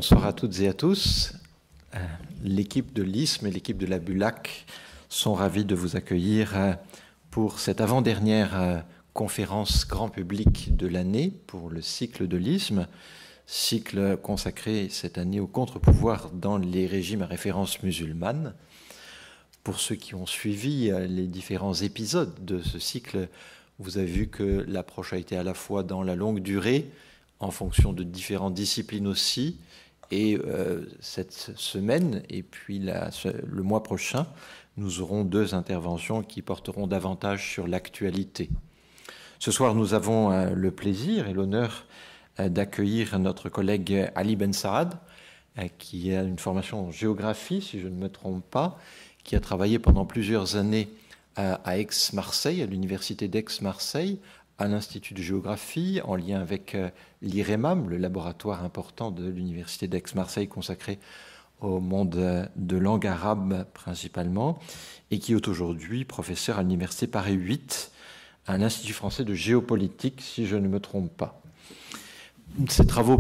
Bonsoir à toutes et à tous. L'équipe de l'ISM et l'équipe de la BULAC sont ravis de vous accueillir pour cette avant-dernière conférence grand public de l'année pour le cycle de l'ISM, cycle consacré cette année au contre-pouvoir dans les régimes à référence musulmane. Pour ceux qui ont suivi les différents épisodes de ce cycle, vous avez vu que l'approche a été à la fois dans la longue durée, en fonction de différentes disciplines aussi, et cette semaine et puis le mois prochain, nous aurons 2 interventions qui porteront davantage sur l'actualité. Ce soir, nous avons le plaisir et l'honneur d'accueillir notre collègue Ali Ben Saad, qui a une formation en géographie, si je ne me trompe pas, qui a travaillé pendant plusieurs années à Aix-Marseille, à l'université d'Aix-Marseille, à l'Institut de géographie, en lien avec l'IREMAM, le laboratoire important de l'université d'Aix-Marseille consacré au monde de langue arabe principalement, et qui est aujourd'hui professeur à l'université Paris 8, à l'Institut français de géopolitique, si je ne me trompe pas. Ces travaux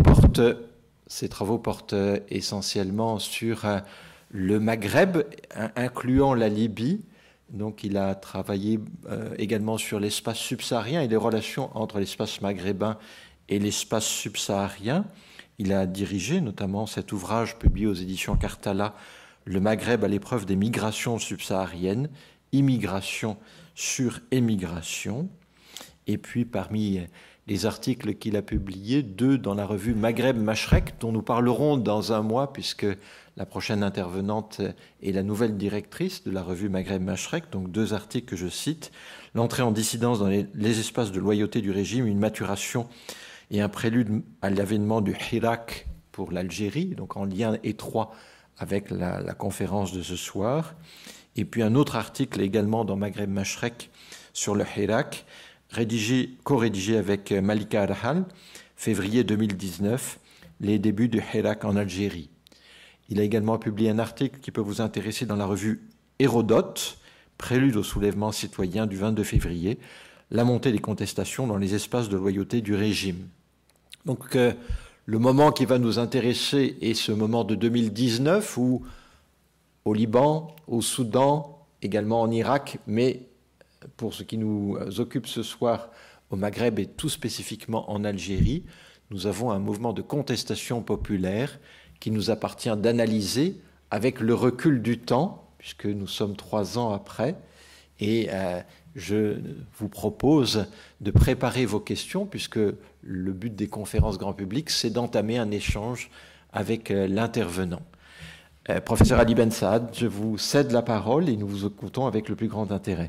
portent essentiellement sur le Maghreb, incluant la Libye. Donc il a travaillé également sur l'espace subsaharien et les relations entre l'espace maghrébin et l'espace subsaharien. Il a dirigé notamment cet ouvrage publié aux éditions Cartala, Le Maghreb à l'épreuve des migrations subsahariennes, immigration sur émigration. Et puis parmi les articles qu'il a publiés, 2 dans la revue Maghreb Mashrek, dont nous parlerons dans un mois, puisque la prochaine intervenante est la nouvelle directrice de la revue Maghreb Mashrek, donc 2 articles que je cite. L'entrée en dissidence dans les espaces de loyauté du régime, une maturation et un prélude à l'avènement du Hirak pour l'Algérie, donc en lien étroit avec la conférence de ce soir. Et puis un autre article également dans Maghreb Mashrek sur le Hirak, co-rédigé avec Malika Arhal, février 2019, les débuts du Hirak en Algérie. Il a également publié un article qui peut vous intéresser dans la revue Hérodote, prélude au soulèvement citoyen du 22 février, la montée des contestations dans les espaces de loyauté du régime. Donc le moment qui va nous intéresser est ce moment de 2019 où au Liban, au Soudan, également en Irak, mais pour ce qui nous occupe ce soir au Maghreb et tout spécifiquement en Algérie, nous avons un mouvement de contestation populaire qui nous appartient d'analyser avec le recul du temps, puisque nous sommes 3 ans après, et je vous propose de préparer vos questions, puisque le but des conférences grand public, c'est d'entamer un échange avec l'intervenant. Professeur Ali Ben Saad, je vous cède la parole et nous vous écoutons avec le plus grand intérêt.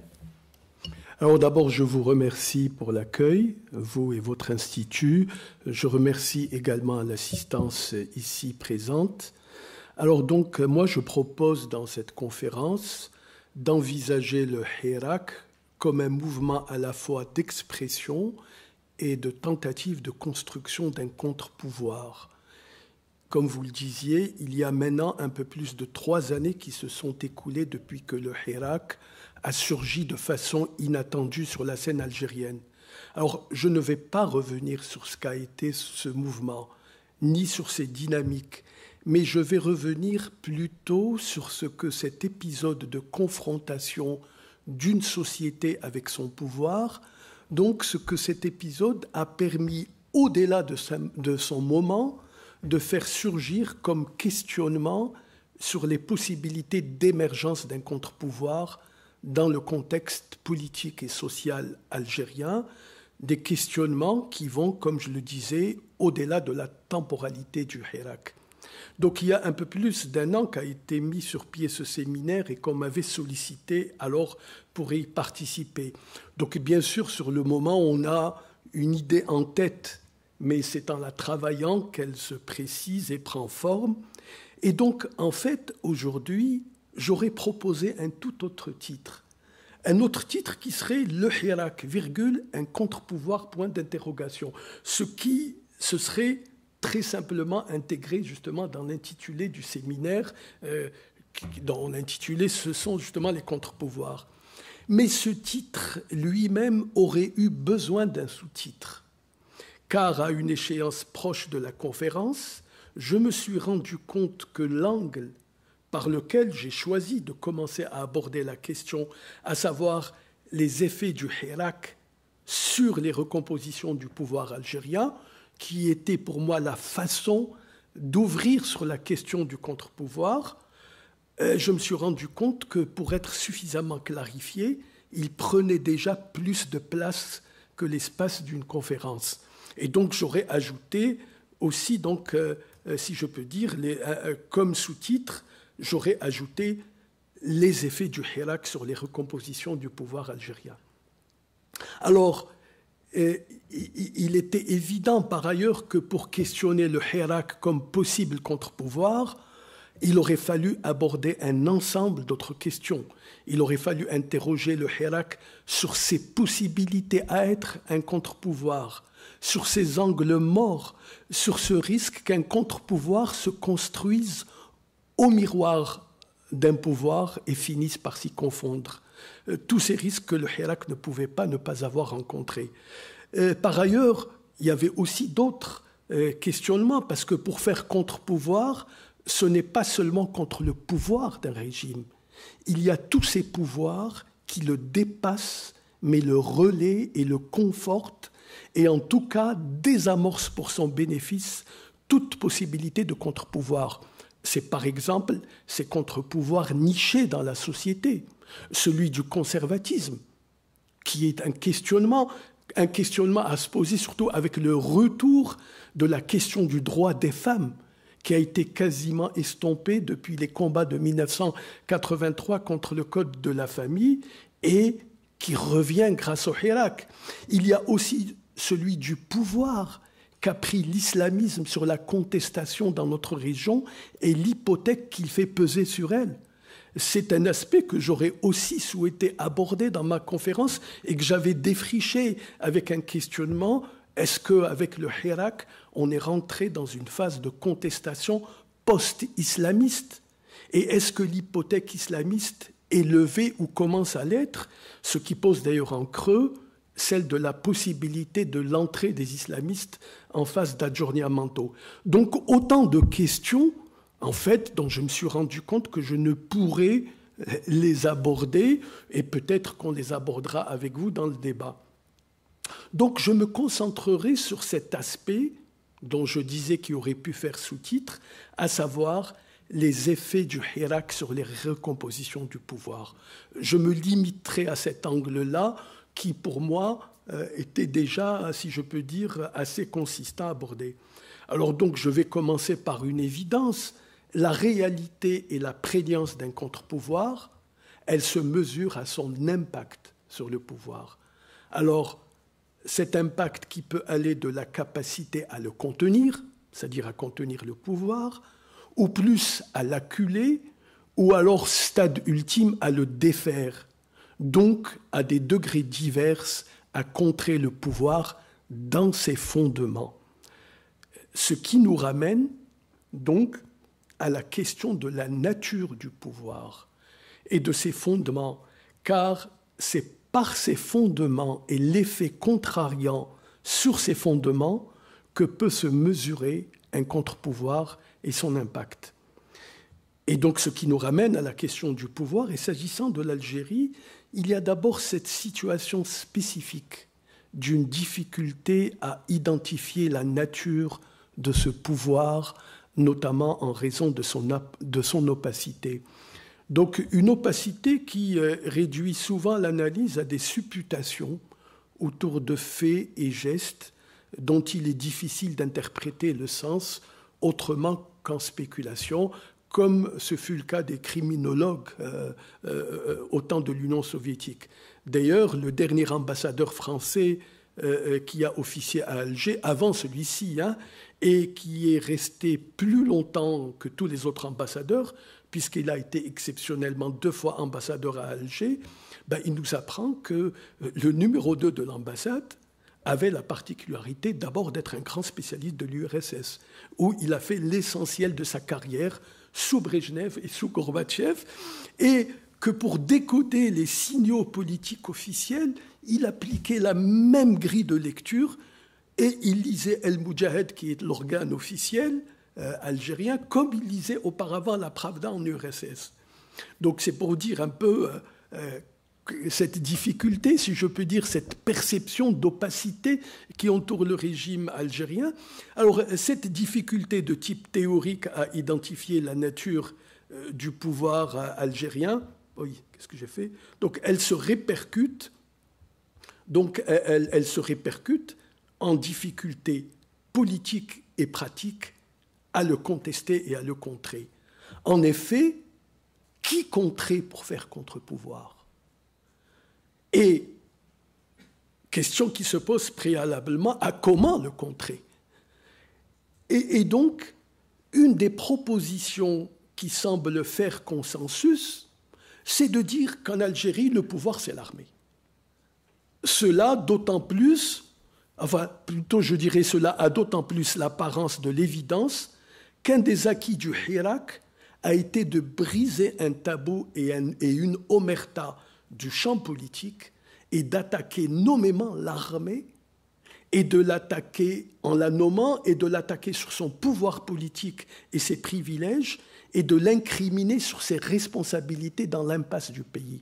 Alors d'abord, je vous remercie pour l'accueil, vous et votre institut. Je remercie également l'assistance ici présente. Alors donc, moi, je propose dans cette conférence d'envisager le Hirak comme un mouvement à la fois d'expression et de tentative de construction d'un contre-pouvoir. Comme vous le disiez, il y a maintenant un peu plus de 3 années qui se sont écoulées depuis que le Hirak a surgi de façon inattendue sur la scène algérienne. Alors, je ne vais pas revenir sur ce qu'a été ce mouvement, ni sur ses dynamiques, mais je vais revenir plutôt sur ce que cet épisode de confrontation d'une société avec son pouvoir, donc ce que cet épisode a permis, au-delà de son moment, de faire surgir comme questionnement sur les possibilités d'émergence d'un contre-pouvoir dans le contexte politique et social algérien, des questionnements qui vont, comme je le disais, au-delà de la temporalité du Hirak. Donc il y a un peu plus d'1 an qu'a été mis sur pied ce séminaire et qu'on m'avait sollicité alors pour y participer. Donc bien sûr, sur le moment, on a une idée en tête, mais c'est en la travaillant qu'elle se précise et prend forme. Et donc, en fait, aujourd'hui, j'aurais proposé un tout autre titre. Un autre titre qui serait le Hirak, virgule, un contre-pouvoir, point d'interrogation. Ce qui se serait très simplement intégré justement dans l'intitulé du séminaire, dont l'intitulé, ce sont justement les contre-pouvoirs. Mais ce titre lui-même aurait eu besoin d'un sous-titre, car à une échéance proche de la conférence, je me suis rendu compte que l'angle par lequel j'ai choisi de commencer à aborder la question, à savoir les effets du Hirak sur les recompositions du pouvoir algérien, qui était pour moi la façon d'ouvrir sur la question du contre-pouvoir, je me suis rendu compte que pour être suffisamment clarifié, il prenait déjà plus de place que l'espace d'une conférence. Et donc j'aurais ajouté aussi, donc, si je peux dire, comme sous-titre, j'aurais ajouté les effets du Hirak sur les recompositions du pouvoir algérien. Alors, il était évident par ailleurs que pour questionner le Hirak comme possible contre-pouvoir, il aurait fallu aborder un ensemble d'autres questions. Il aurait fallu interroger le Hirak sur ses possibilités à être un contre-pouvoir, sur ses angles morts, sur ce risque qu'un contre-pouvoir se construise au miroir d'un pouvoir et finisse par s'y confondre. Tous ces risques que le Hirak ne pouvait pas ne pas avoir rencontrés. Par ailleurs, il y avait aussi d'autres questionnements, parce que pour faire contre-pouvoir, ce n'est pas seulement contre le pouvoir d'un régime. Il y a tous ces pouvoirs qui le dépassent, mais le relaient et le confortent, et en tout cas désamorcent pour son bénéfice toute possibilité de contre-pouvoir. C'est par exemple ces contre-pouvoirs nichés dans la société, celui du conservatisme, qui est un questionnement à se poser surtout avec le retour de la question du droit des femmes, qui a été quasiment estompé depuis les combats de 1983 contre le Code de la famille et qui revient grâce au Hirak. Il y a aussi celui du pouvoir qu'a pris l'islamisme sur la contestation dans notre région et l'hypothèque qu'il fait peser sur elle. C'est un aspect que j'aurais aussi souhaité aborder dans ma conférence et que j'avais défriché avec un questionnement. Est-ce qu'avec le Hirak, on est rentré dans une phase de contestation post-islamiste? Et est-ce que l'hypothèque islamiste est levée ou commence à l'être? Ce qui pose d'ailleurs en creux celle de la possibilité de l'entrée des islamistes en phase d'adjourniamento. Donc autant de questions, en fait, dont je me suis rendu compte que je ne pourrais les aborder, et peut-être qu'on les abordera avec vous dans le débat. Donc je me concentrerai sur cet aspect dont je disais qu'il aurait pu faire sous-titre, à savoir les effets du Hirak sur les recompositions du pouvoir. Je me limiterai à cet angle-là qui, pour moi, était déjà, si je peux dire, assez consistant à aborder. Alors donc je vais commencer par une évidence. La réalité et la prégnance d'un contre-pouvoir, elle se mesure à son impact sur le pouvoir. Alors, cet impact qui peut aller de la capacité à le contenir, c'est-à-dire à contenir le pouvoir, ou plus à l'acculer, ou alors, stade ultime, à le défaire, donc à des degrés divers à contrer le pouvoir dans ses fondements. Ce qui nous ramène donc à la question de la nature du pouvoir et de ses fondements, car c'est par ses fondements et l'effet contrariant sur ces fondements que peut se mesurer un contre-pouvoir et son impact. Et donc ce qui nous ramène à la question du pouvoir, et s'agissant de l'Algérie, il y a d'abord cette situation spécifique d'une difficulté à identifier la nature de ce pouvoir, notamment en raison de son opacité. Donc une opacité qui réduit souvent l'analyse à des supputations autour de faits et gestes dont il est difficile d'interpréter le sens autrement qu'en spéculation, comme ce fut le cas des criminologues au temps de l'Union soviétique. D'ailleurs, le dernier ambassadeur français qui a officié à Alger, avant celui-ci, et qui est resté plus longtemps que tous les autres ambassadeurs, puisqu'il a été exceptionnellement 2 fois ambassadeur à Alger, il nous apprend que le numéro 2 de l'ambassade avait la particularité d'abord d'être un grand spécialiste de l'URSS, où il a fait l'essentiel de sa carrière sous Brejnev et sous Gorbatchev, et que pour décoder les signaux politiques officiels, il appliquait la même grille de lecture et il lisait El Moudjahed, qui est l'organe officiel, algérien, comme il lisait auparavant la Pravda en URSS. Donc c'est pour dire un peu cette difficulté, si je peux dire, cette perception d'opacité qui entoure le régime algérien. Alors cette difficulté de type théorique à identifier la nature du pouvoir algérien, oui, qu'est-ce que j'ai fait? Donc elle se répercute, elle se répercute en difficulté politique et pratique à le contester et à le contrer. En effet, qui contrer pour faire contre-pouvoir? Et question qui se pose préalablement à comment le contrer. Et donc, une des propositions qui semble faire consensus, c'est de dire qu'en Algérie, le pouvoir, c'est l'armée. Cela d'autant plus, enfin, plutôt je dirais cela a d'autant plus l'apparence de l'évidence qu'un des acquis du Hirak a été de briser un tabou et une omerta du champ politique et d'attaquer nommément l'armée et de l'attaquer en la nommant et de l'attaquer sur son pouvoir politique et ses privilèges et de l'incriminer sur ses responsabilités dans l'impasse du pays.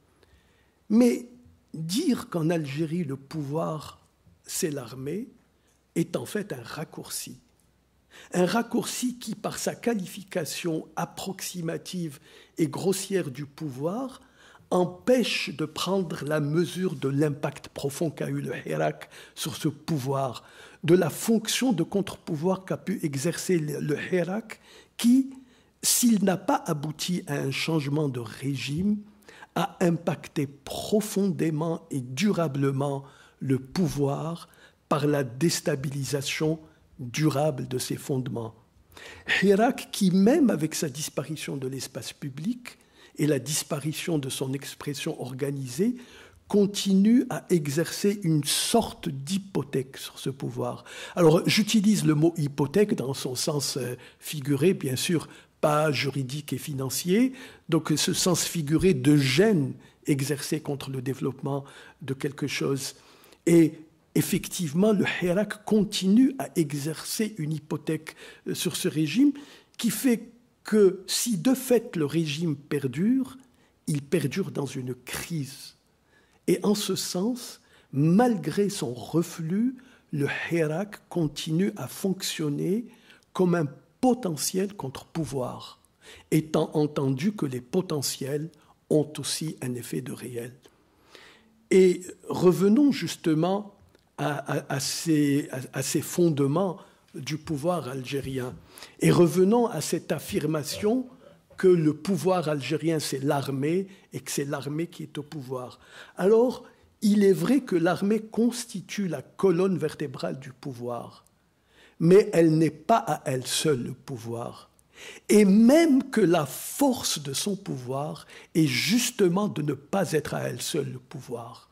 Mais dire qu'en Algérie le pouvoir c'est l'armée est en fait un raccourci. Un raccourci qui, par sa qualification approximative et grossière du pouvoir, empêche de prendre la mesure de l'impact profond qu'a eu le Hirak sur ce pouvoir, de la fonction de contre-pouvoir qu'a pu exercer le Hirak, qui, s'il n'a pas abouti à un changement de régime, a impacté profondément et durablement le pouvoir par la déstabilisation durable de ses fondements. Hirak, qui même avec sa disparition de l'espace public et la disparition de son expression organisée, continue à exercer une sorte d'hypothèque sur ce pouvoir. Alors, j'utilise le mot hypothèque dans son sens figuré, bien sûr, pas juridique et financier, donc ce sens figuré de gêne exercé contre le développement de quelque chose. Et effectivement, le Hirak continue à exercer une hypothèque sur ce régime qui fait que si de fait le régime perdure, il perdure dans une crise. Et en ce sens, malgré son reflux, le Hirak continue à fonctionner comme un potentiel contre-pouvoir, étant entendu que les potentiels ont aussi un effet de réel. Et revenons justement à ces fondements du pouvoir algérien. Et revenons à cette affirmation que le pouvoir algérien, c'est l'armée et que c'est l'armée qui est au pouvoir. Alors, il est vrai que l'armée constitue la colonne vertébrale du pouvoir, mais elle n'est pas à elle seule le pouvoir. Et même que la force de son pouvoir est justement de ne pas être à elle seule le pouvoir.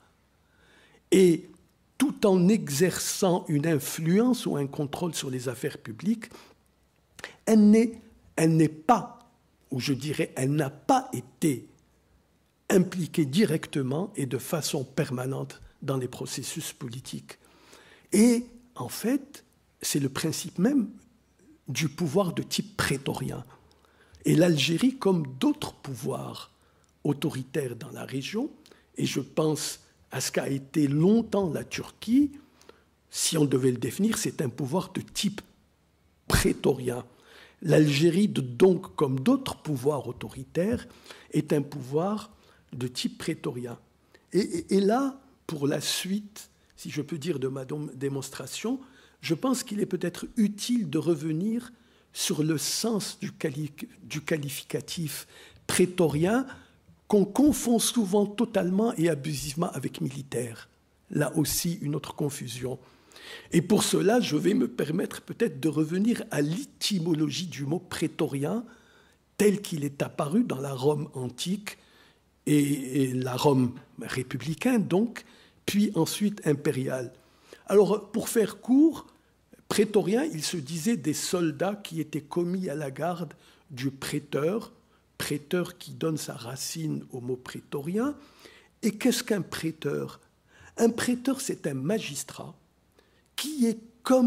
Et tout en exerçant une influence ou un contrôle sur les affaires publiques, elle n'est pas, ou je dirais, elle n'a pas été impliquée directement et de façon permanente dans les processus politiques. Et en fait, c'est le principe même du pouvoir de type prétorien. Et l'Algérie, comme d'autres pouvoirs autoritaires dans la région, et je pense à ce qu'a été longtemps la Turquie, si on devait le définir, c'est un pouvoir de type prétorien. L'Algérie, donc, comme d'autres pouvoirs autoritaires, est un pouvoir de type prétorien. Et là, pour la suite, si je peux dire, de ma démonstration, je pense qu'il est peut-être utile de revenir sur le sens du qualificatif prétorien qu'on confond souvent totalement et abusivement avec militaire. Là aussi, une autre confusion. Et pour cela, je vais me permettre peut-être de revenir à l'étymologie du mot prétorien tel qu'il est apparu dans la Rome antique et la Rome républicaine, donc, puis ensuite impériale. Alors, pour faire court, prétorien, il se disait des soldats qui étaient commis à la garde du préteur, préteur qui donne sa racine au mot prétorien. Et qu'est-ce qu'un préteur? Un préteur, c'est un magistrat qui est comme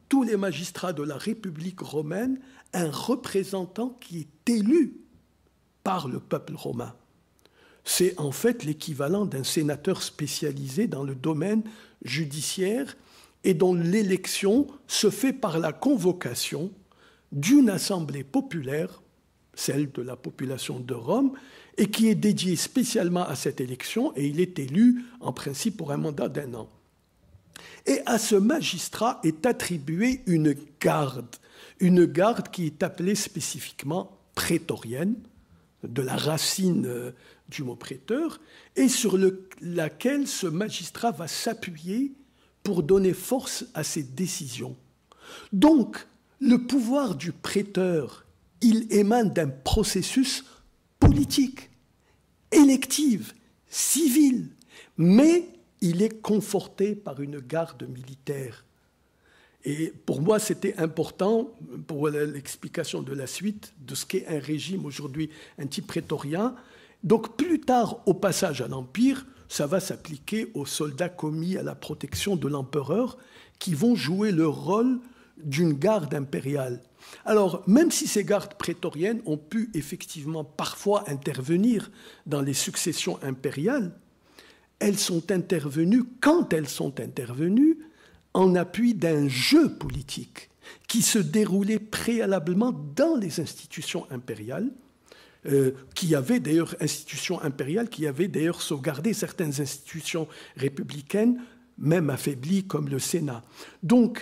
tous les magistrats de la République romaine un représentant qui est élu par le peuple romain. C'est en fait l'équivalent d'un sénateur spécialisé dans le domaine judiciaire et dont l'élection se fait par la convocation d'une assemblée populaire, celle de la population de Rome, et qui est dédiée spécialement à cette élection, et il est élu en principe pour un mandat d'1 an. Et à ce magistrat est attribuée une garde qui est appelée spécifiquement prétorienne, de la racine du mot préteur, et sur laquelle ce magistrat va s'appuyer pour donner force à ses décisions. Donc, le pouvoir du préteur, il émane d'un processus politique, électif, civil, mais il est conforté par une garde militaire. Et pour moi, c'était important, pour l'explication de la suite, de ce qu'est un régime aujourd'hui, un type prétorien. Donc plus tard, au passage à l'Empire, ça va s'appliquer aux soldats commis à la protection de l'empereur, qui vont jouer le rôle d'une garde impériale. Alors, même si ces gardes prétoriennes ont pu effectivement parfois intervenir dans les successions impériales, elles sont intervenues, quand elles sont intervenues, en appui d'un jeu politique qui se déroulait préalablement dans les institutions impériales, qui avaient d'ailleurs sauvegardé certaines institutions républicaines, même affaiblies comme le Sénat. Donc,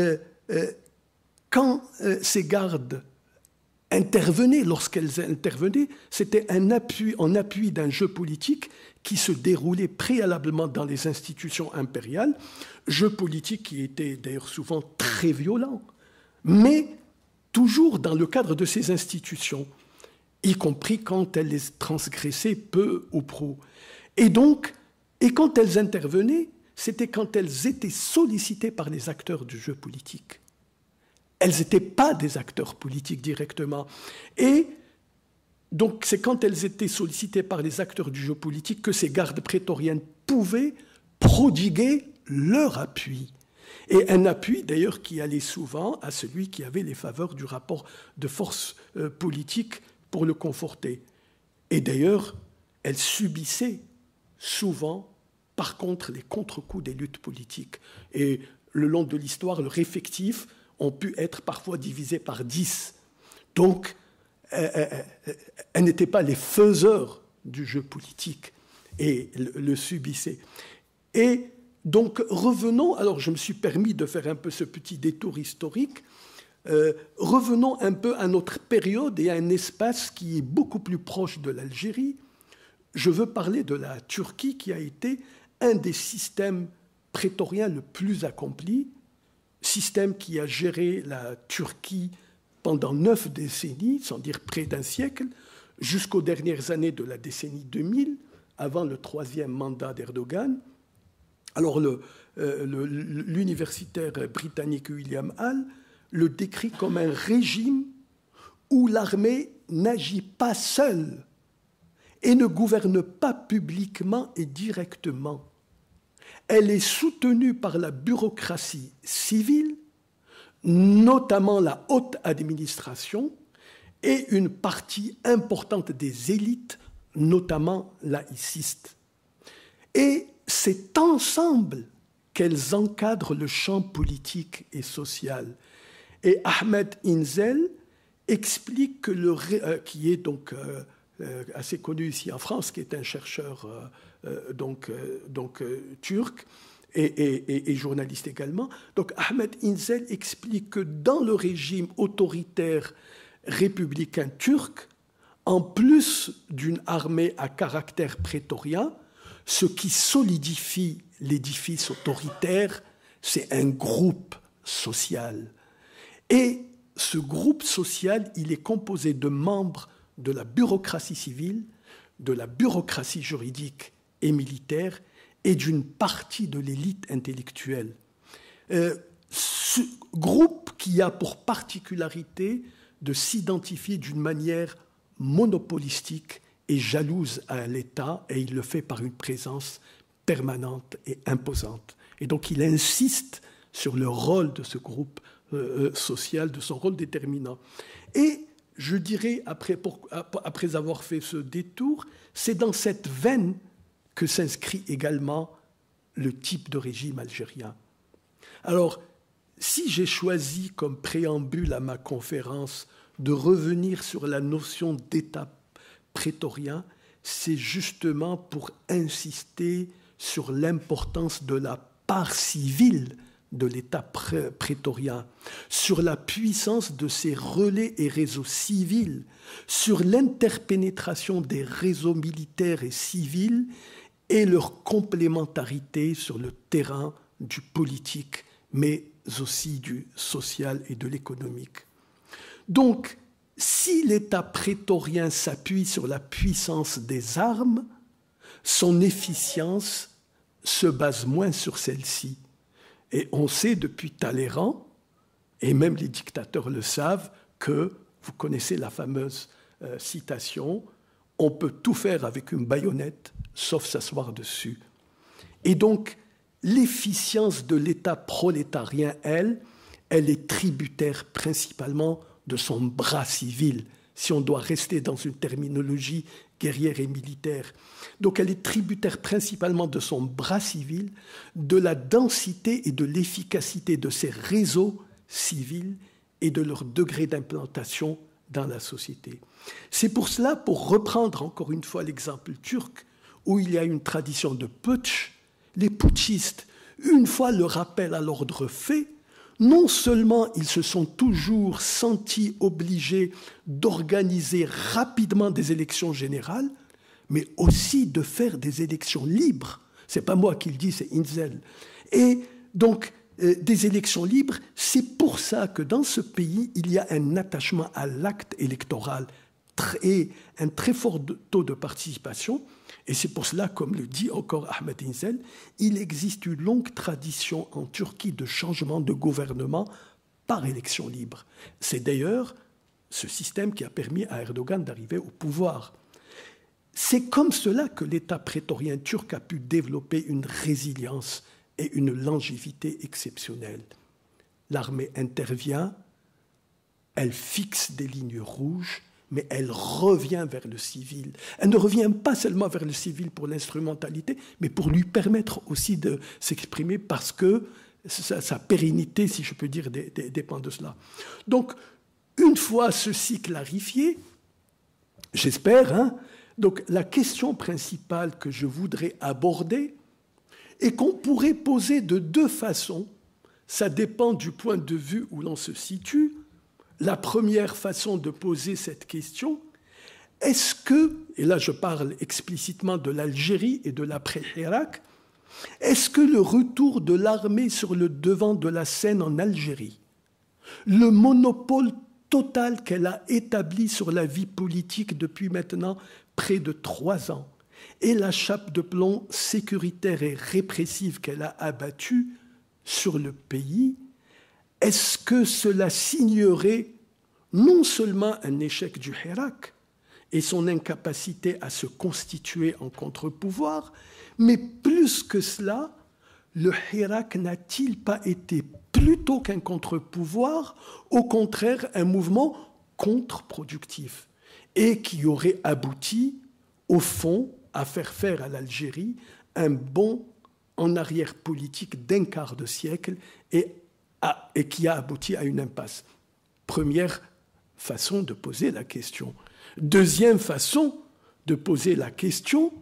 quand ces gardes intervenaient, lorsqu'elles intervenaient, c'était en appui d'un jeu politique qui se déroulait préalablement dans les institutions impériales, jeu politique qui était d'ailleurs souvent très violent, mais toujours dans le cadre de ces institutions, y compris quand elles les transgressaient peu ou prou. Et quand elles intervenaient, c'était quand elles étaient sollicitées par les acteurs du jeu politique. Elles n'étaient pas des acteurs politiques directement. Et donc, c'est quand elles étaient sollicitées par les acteurs du jeu politique que ces gardes prétoriennes pouvaient prodiguer leur appui. Et un appui, d'ailleurs, qui allait souvent à celui qui avait les faveurs du rapport de force politique pour le conforter. Et d'ailleurs, elles subissaient souvent, par contre, les contre-coups des luttes politiques. Et le long de l'histoire, leurs effectifs ont pu être parfois divisés par 10. Donc, elles n'étaient pas les faiseurs du jeu politique et le subissaient. Et donc, revenons, alors je me suis permis de faire un peu ce petit détour historique, revenons un peu à notre période et à un espace qui est beaucoup plus proche de l'Algérie. Je veux parler de la Turquie qui a été un des systèmes prétoriens le plus accompli, système qui a géré la Turquie pendant 9 décennies, sans dire près d'un siècle, jusqu'aux dernières années de la décennie 2000, avant le 3e mandat d'Erdogan. Alors l'universitaire britannique William Hall le décrit comme un régime où l'armée n'agit pas seule et ne gouverne pas publiquement et directement. Elle est soutenue par la bureaucratie civile, notamment la haute administration, et une partie importante des élites, notamment laïcistes. Et c'est ensemble qu'elles encadrent le champ politique et social. Et Ahmed İncel explique que qui est donc assez connu ici en France, qui est un chercheur turc et journaliste également. Donc Ahmed İncel explique que dans le régime autoritaire républicain turc, en plus d'une armée à caractère prétorien, ce qui solidifie l'édifice autoritaire, c'est un groupe social. Et ce groupe social, il est composé de membres de la bureaucratie civile, de la bureaucratie juridique et militaire, et d'une partie de l'élite intellectuelle. Ce groupe qui a pour particularité de s'identifier d'une manière monopolistique et jalouse à l'État, et il le fait par une présence permanente et imposante. Et donc il insiste sur le rôle de ce groupe social, de son rôle déterminant. Et je dirais, après avoir fait ce détour, c'est dans cette veine que s'inscrit également le type de régime algérien. Alors, si j'ai choisi comme préambule à ma conférence de revenir sur la notion d'État prétorien, c'est justement pour insister sur l'importance de la part civile de l'État prétorien, sur la puissance de ses relais et réseaux civils, sur l'interpénétration des réseaux militaires et civils et leur complémentarité sur le terrain du politique, mais aussi du social et de l'économique. Donc, si l'État prétorien s'appuie sur la puissance des armes, son efficience se base moins sur celle-ci. Et on sait depuis Talleyrand, et même les dictateurs le savent, que, vous connaissez la fameuse citation, on peut tout faire avec une baïonnette, sauf s'asseoir dessus. Et donc, l'efficience de l'État prolétarien, elle est tributaire principalement de son bras civil, si on doit rester dans une terminologie guerrière et militaire. Donc elle est tributaire principalement de son bras civil, de la densité et de l'efficacité de ses réseaux civils et de leur degré d'implantation dans la société. C'est pour cela, pour reprendre encore une fois l'exemple turc, où il y a une tradition de putsch, les putschistes, une fois le rappel à l'ordre fait, non seulement ils se sont toujours sentis obligés d'organiser rapidement des élections générales, mais aussi de faire des élections libres. Ce n'est pas moi qui le dis, c'est Inzel. Et donc, des élections libres, c'est pour ça que dans ce pays, il y a un attachement à l'acte électoral et un très fort taux de participation. Et c'est pour cela, comme le dit encore Ahmed Inzel, il existe une longue tradition en Turquie de changement de gouvernement par élection libre. C'est d'ailleurs ce système qui a permis à Erdogan d'arriver au pouvoir. C'est comme cela que l'État prétorien turc a pu développer une résilience et une longévité exceptionnelle. L'armée intervient, elle fixe des lignes rouges, mais elle revient vers le civil. Elle ne revient pas seulement vers le civil pour l'instrumentalité, mais pour lui permettre aussi de s'exprimer parce que sa pérennité, si je peux dire, dépend de cela. Donc, une fois ceci clarifié, j'espère, donc la question principale que je voudrais aborder et qu'on pourrait poser de deux façons, ça dépend du point de vue où l'on se situe. La première façon de poser cette question, est-ce que, et là je parle explicitement de l'Algérie et de l'après-Hirak, est-ce que le retour de l'armée sur le devant de la scène en Algérie, le monopole total qu'elle a établi sur la vie politique depuis maintenant près de 3 ans, et la chape de plomb sécuritaire et répressive qu'elle a abattue sur le pays, est-ce que cela signerait non seulement un échec du Hirak et son incapacité à se constituer en contre-pouvoir, mais plus que cela, le Hirak n'a-t-il pas été plutôt qu'un contre-pouvoir, au contraire un mouvement contre-productif et qui aurait abouti, au fond, à faire faire à l'Algérie un bond en arrière politique d'un quart de siècle et qui a abouti à une impasse. Première façon de poser la question. Deuxième façon de poser la question,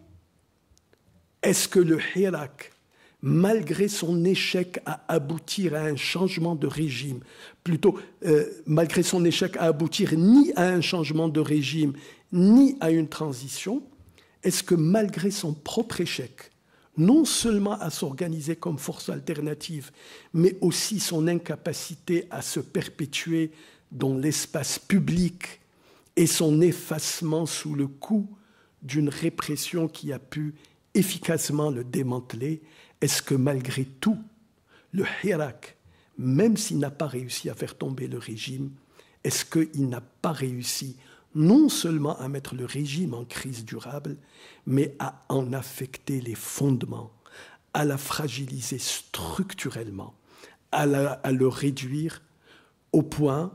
est-ce que le Hirak, malgré son échec à aboutir à un changement de régime, plutôt malgré son échec à aboutir ni à un changement de régime, ni à une transition, est-ce que malgré son propre échec, non seulement à s'organiser comme force alternative, mais aussi son incapacité à se perpétuer dans l'espace public et son effacement sous le coup d'une répression qui a pu efficacement le démanteler, est-ce que malgré tout, le Hirak, même s'il n'a pas réussi à faire tomber le régime, est-ce qu'il n'a pas réussi non seulement à mettre le régime en crise durable, mais à en affecter les fondements, à la fragiliser structurellement, à le réduire au point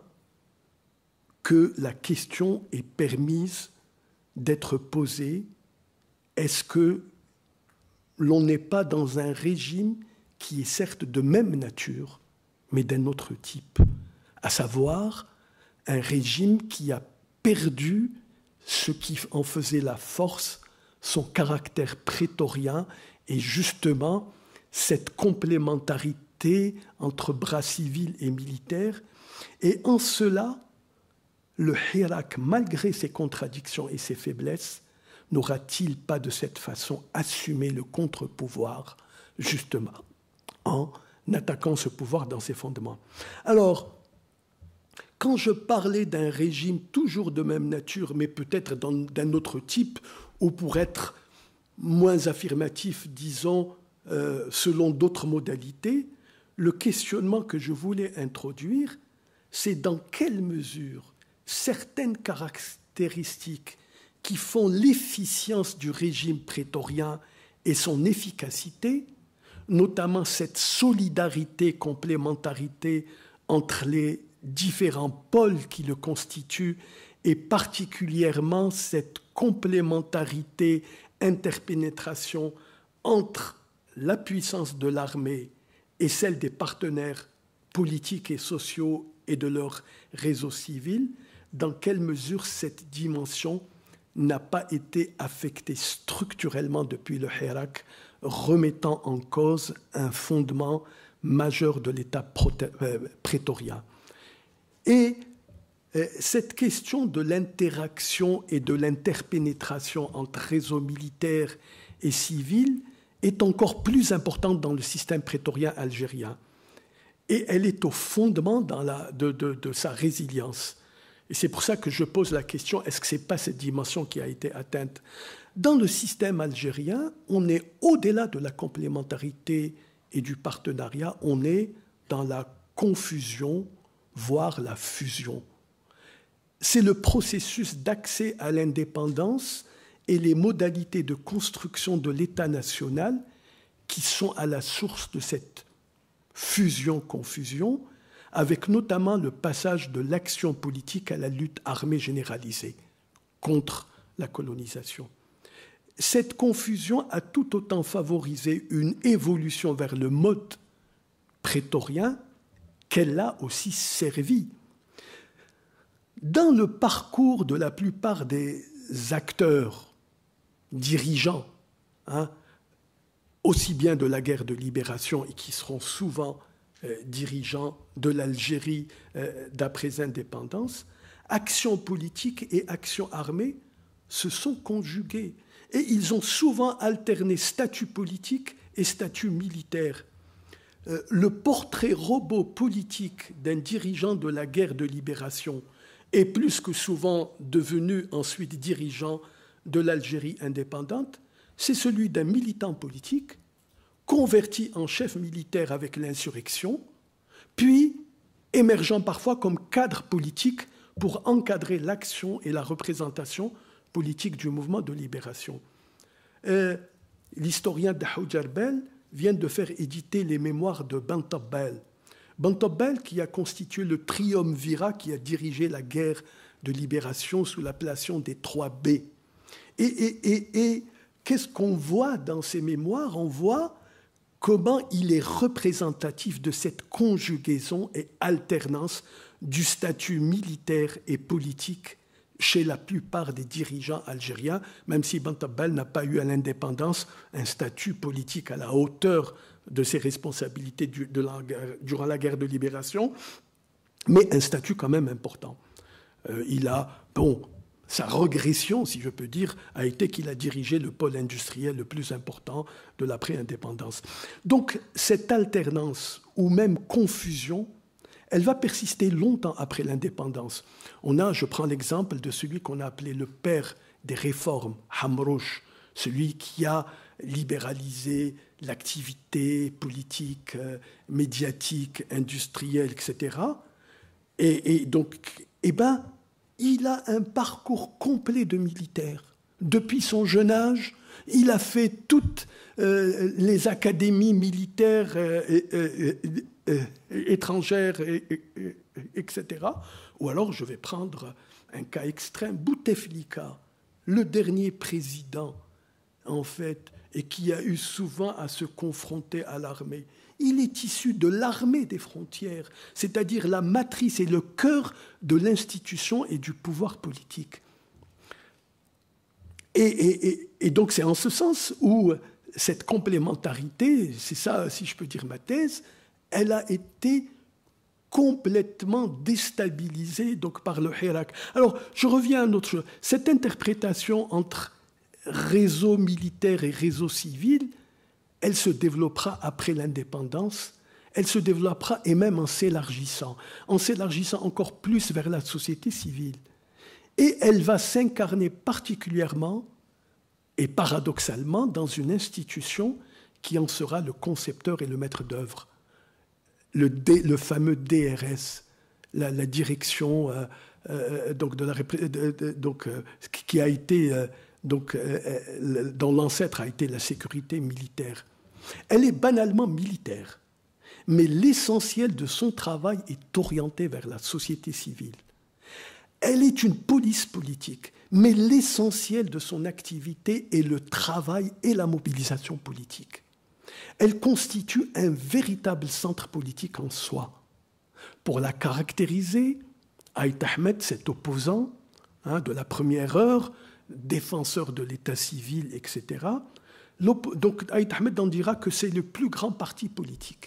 que la question est permise d'être posée, est-ce que l'on n'est pas dans un régime qui est certes de même nature, mais d'un autre type, à savoir un régime qui a perdu ce qui en faisait la force, son caractère prétorien et justement cette complémentarité entre bras civils et militaires. Et en cela, le Hirak, malgré ses contradictions et ses faiblesses, n'aura-t-il pas de cette façon assumé le contre-pouvoir, justement, en attaquant ce pouvoir dans ses fondements? Alors, quand je parlais d'un régime toujours de même nature, mais peut-être d'un autre type, ou pour être moins affirmatif, disons, selon d'autres modalités, le questionnement que je voulais introduire, c'est dans quelle mesure certaines caractéristiques qui font l'efficience du régime prétorien et son efficacité, notamment cette solidarité, complémentarité entre les différents pôles qui le constituent, et particulièrement cette complémentarité, interpénétration entre la puissance de l'armée et celle des partenaires politiques et sociaux et de leur réseau civil, dans quelle mesure cette dimension n'a pas été affectée structurellement depuis le Hirak, remettant en cause un fondement majeur de l'État prétorien. Et cette question de l'interaction et de l'interpénétration entre réseaux militaires et civils est encore plus importante dans le système prétorien algérien. Et elle est au fondement de sa résilience. Et c'est pour ça que je pose la question, est-ce que ce n'est pas cette dimension qui a été atteinte? Dans le système algérien, on est au-delà de la complémentarité et du partenariat, on est dans la confusion, voire la fusion. C'est le processus d'accès à l'indépendance et les modalités de construction de l'État national qui sont à la source de cette fusion-confusion, avec notamment le passage de l'action politique à la lutte armée généralisée contre la colonisation. Cette confusion a tout autant favorisé une évolution vers le mode prétorien qu'elle l'a aussi servi. Dans le parcours de la plupart des acteurs, dirigeants, aussi bien de la guerre de libération et qui seront souvent dirigeants de l'Algérie d'après indépendance, action politique et action armée se sont conjuguées. Et ils ont souvent alterné statut politique et statut militaire. Le portrait robot politique d'un dirigeant de la guerre de libération est plus que souvent devenu ensuite dirigeant de l'Algérie indépendante, c'est celui d'un militant politique converti en chef militaire avec l'insurrection, puis émergeant parfois comme cadre politique pour encadrer l'action et la représentation politique du mouvement de libération. L'historien Dahoud Jarbel vient de faire éditer les mémoires de Bantabbel. Bantabbel qui a constitué le triumvirat qui a dirigé la guerre de libération sous l'appellation des 3B. Et qu'est-ce qu'on voit dans ces mémoires? On voit comment il est représentatif de cette conjugaison et alternance du statut militaire et politique chez la plupart des dirigeants algériens, même si Bantabbel n'a pas eu à l'indépendance un statut politique à la hauteur de ses responsabilités durant la guerre de libération, mais un statut quand même important. Sa régression, si je peux dire, a été qu'il a dirigé le pôle industriel le plus important de l'après-indépendance. Donc, cette alternance ou même confusion, elle va persister longtemps après l'indépendance. Je prends l'exemple de celui qu'on a appelé le père des réformes, Hamrouch, celui qui a libéralisé l'activité politique, médiatique, industrielle, etc. Et donc, il a un parcours complet de militaire. Depuis son jeune âge, il a fait toutes les académies militaires étrangères etc. Ou alors je vais prendre un cas extrême, Bouteflika, le dernier président, en fait, et qui a eu souvent à se confronter à l'armée. Il est issu de l'armée des frontières, c'est-à-dire la matrice et le cœur de l'institution et du pouvoir politique. Et donc c'est en ce sens où cette complémentarité, c'est ça, si je peux dire ma thèse, elle a été complètement déstabilisée donc, par le Hirak. Alors, je reviens à une autre chose. Cette interprétation entre réseau militaire et réseau civil, elle se développera après l'indépendance, elle se développera et même en s'élargissant encore plus vers la société civile. Et elle va s'incarner particulièrement et paradoxalement dans une institution qui en sera le concepteur et le maître d'œuvre. Le fameux DRS, la direction donc qui a été dont l'ancêtre a été la sécurité militaire. Elle est banalement militaire, mais l'essentiel de son travail est orienté vers la société civile. Elle est une police politique, mais l'essentiel de son activité est le travail et la mobilisation politique. Elle constitue un véritable centre politique en soi. Pour la caractériser, Aït Ahmed, cet opposant de la première heure, défenseur de l'état civil, etc., donc Aït Ahmed en dira que c'est le plus grand parti politique.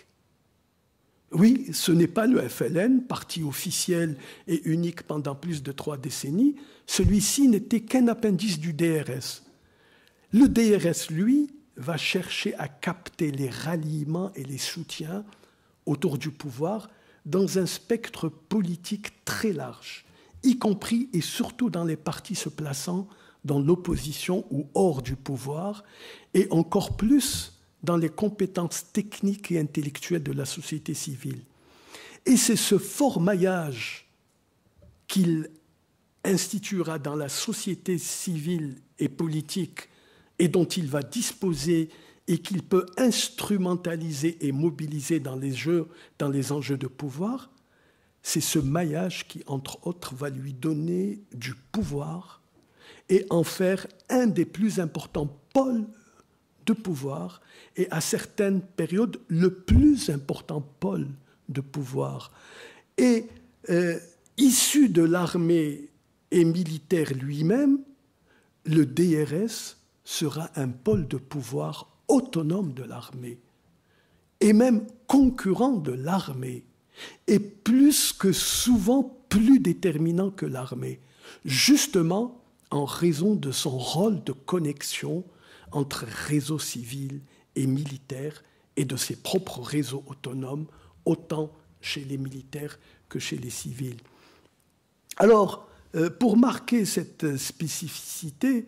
Oui, ce n'est pas le FLN, parti officiel et unique pendant plus de 3 décennies. Celui-ci n'était qu'un appendice du DRS. Le DRS, lui, va chercher à capter les ralliements et les soutiens autour du pouvoir dans un spectre politique très large, y compris et surtout dans les partis se plaçant dans l'opposition ou hors du pouvoir, et encore plus dans les compétences techniques et intellectuelles de la société civile. Et c'est ce fort maillage qu'il instituera dans la société civile et politique et dont il va disposer et qu'il peut instrumentaliser et mobiliser dans les enjeux de pouvoir, c'est ce maillage qui, entre autres, va lui donner du pouvoir et en faire un des plus importants pôles de pouvoir et à certaines périodes le plus important pôle de pouvoir. Et issu de l'armée et militaire lui-même, le DRS sera un pôle de pouvoir autonome de l'armée et même concurrent de l'armée et plus que souvent plus déterminant que l'armée, justement en raison de son rôle de connexion entre réseau civil et militaire et de ses propres réseaux autonomes, autant chez les militaires que chez les civils. Alors, pour marquer cette spécificité,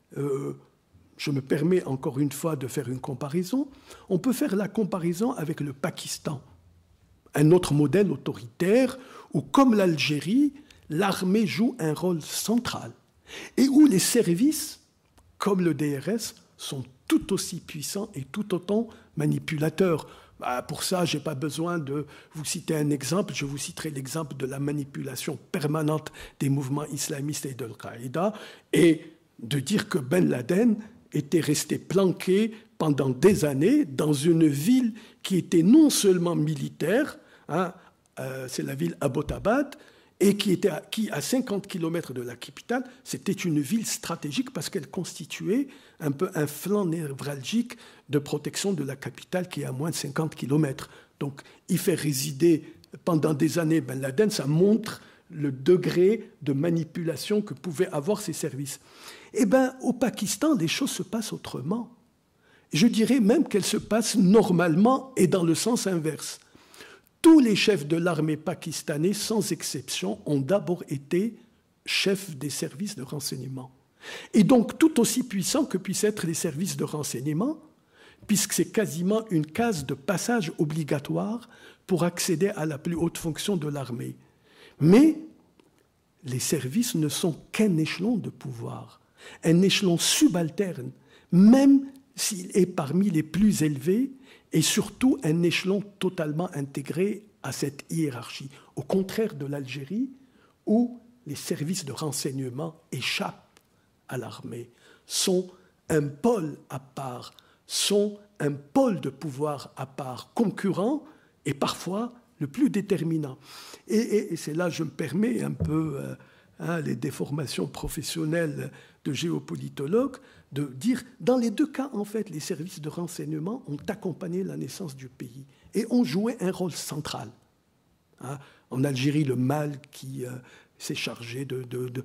je me permets encore une fois de faire une comparaison. On peut faire la comparaison avec le Pakistan, un autre modèle autoritaire où, comme l'Algérie, l'armée joue un rôle central et où les services, comme le DRS, sont tout aussi puissants et tout autant manipulateurs. Pour ça, je n'ai pas besoin de vous citer un exemple. Je vous citerai l'exemple de la manipulation permanente des mouvements islamistes et de Al-Qaïda et de dire que Ben Laden était resté planqué pendant des années dans une ville qui était non seulement militaire, c'est la ville Abbottabad, et qui, à 50 km de la capitale, c'était une ville stratégique parce qu'elle constituait un peu un flanc névralgique de protection de la capitale qui est à moins de 50 km. Donc, il fait résider pendant des années Ben Laden, ça montre le degré de manipulation que pouvaient avoir ces services. Eh bien, au Pakistan, les choses se passent autrement. Je dirais même qu'elles se passent normalement et dans le sens inverse. Tous les chefs de l'armée pakistanais, sans exception, ont d'abord été chefs des services de renseignement. Et donc, tout aussi puissants que puissent être les services de renseignement, puisque c'est quasiment une case de passage obligatoire pour accéder à la plus haute fonction de l'armée. Mais les services ne sont qu'un échelon de pouvoir, un échelon subalterne, même s'il est parmi les plus élevés, et surtout un échelon totalement intégré à cette hiérarchie, au contraire de l'Algérie, où les services de renseignement échappent à l'armée, sont un pôle à part, sont un pôle de pouvoir à part, concurrent et parfois le plus déterminant. Et c'est là, je me permets un peu les déformations professionnelles de géopolitologue, de dire, dans les deux cas, en fait, les services de renseignement ont accompagné la naissance du pays et ont joué un rôle central. En Algérie, le Mal qui s'est chargé de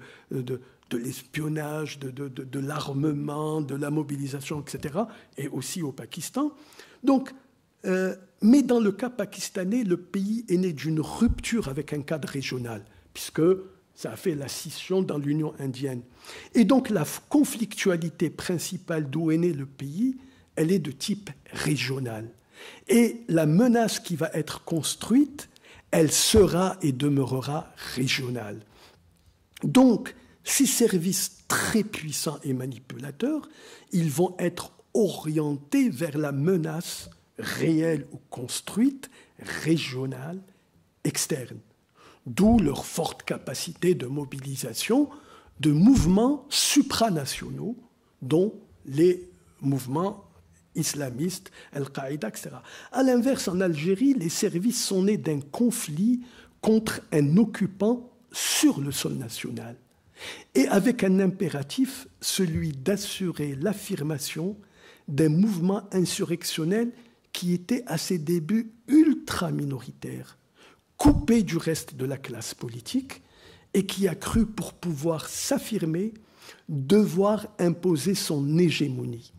l'espionnage, de l'armement, de la mobilisation, etc., et aussi au Pakistan. Donc, mais dans le cas pakistanais, le pays est né d'une rupture avec un cadre régional, puisque ça a fait la scission dans l'Union indienne. Et donc la conflictualité principale d'où est né le pays, elle est de type régional. Et la menace qui va être construite, elle sera et demeurera régionale. Donc, ces services très puissants et manipulateurs, ils vont être orientés vers la menace réelle ou construite, régionale, externe. D'où leur forte capacité de mobilisation de mouvements supranationaux, dont les mouvements islamistes, Al-Qaïda, etc. À l'inverse, en Algérie, les services sont nés d'un conflit contre un occupant sur le sol national, et avec un impératif, celui d'assurer l'affirmation d'un mouvement insurrectionnel qui était à ses débuts ultra minoritaire, coupé du reste de la classe politique et qui a cru, pour pouvoir s'affirmer, devoir imposer son hégémonie.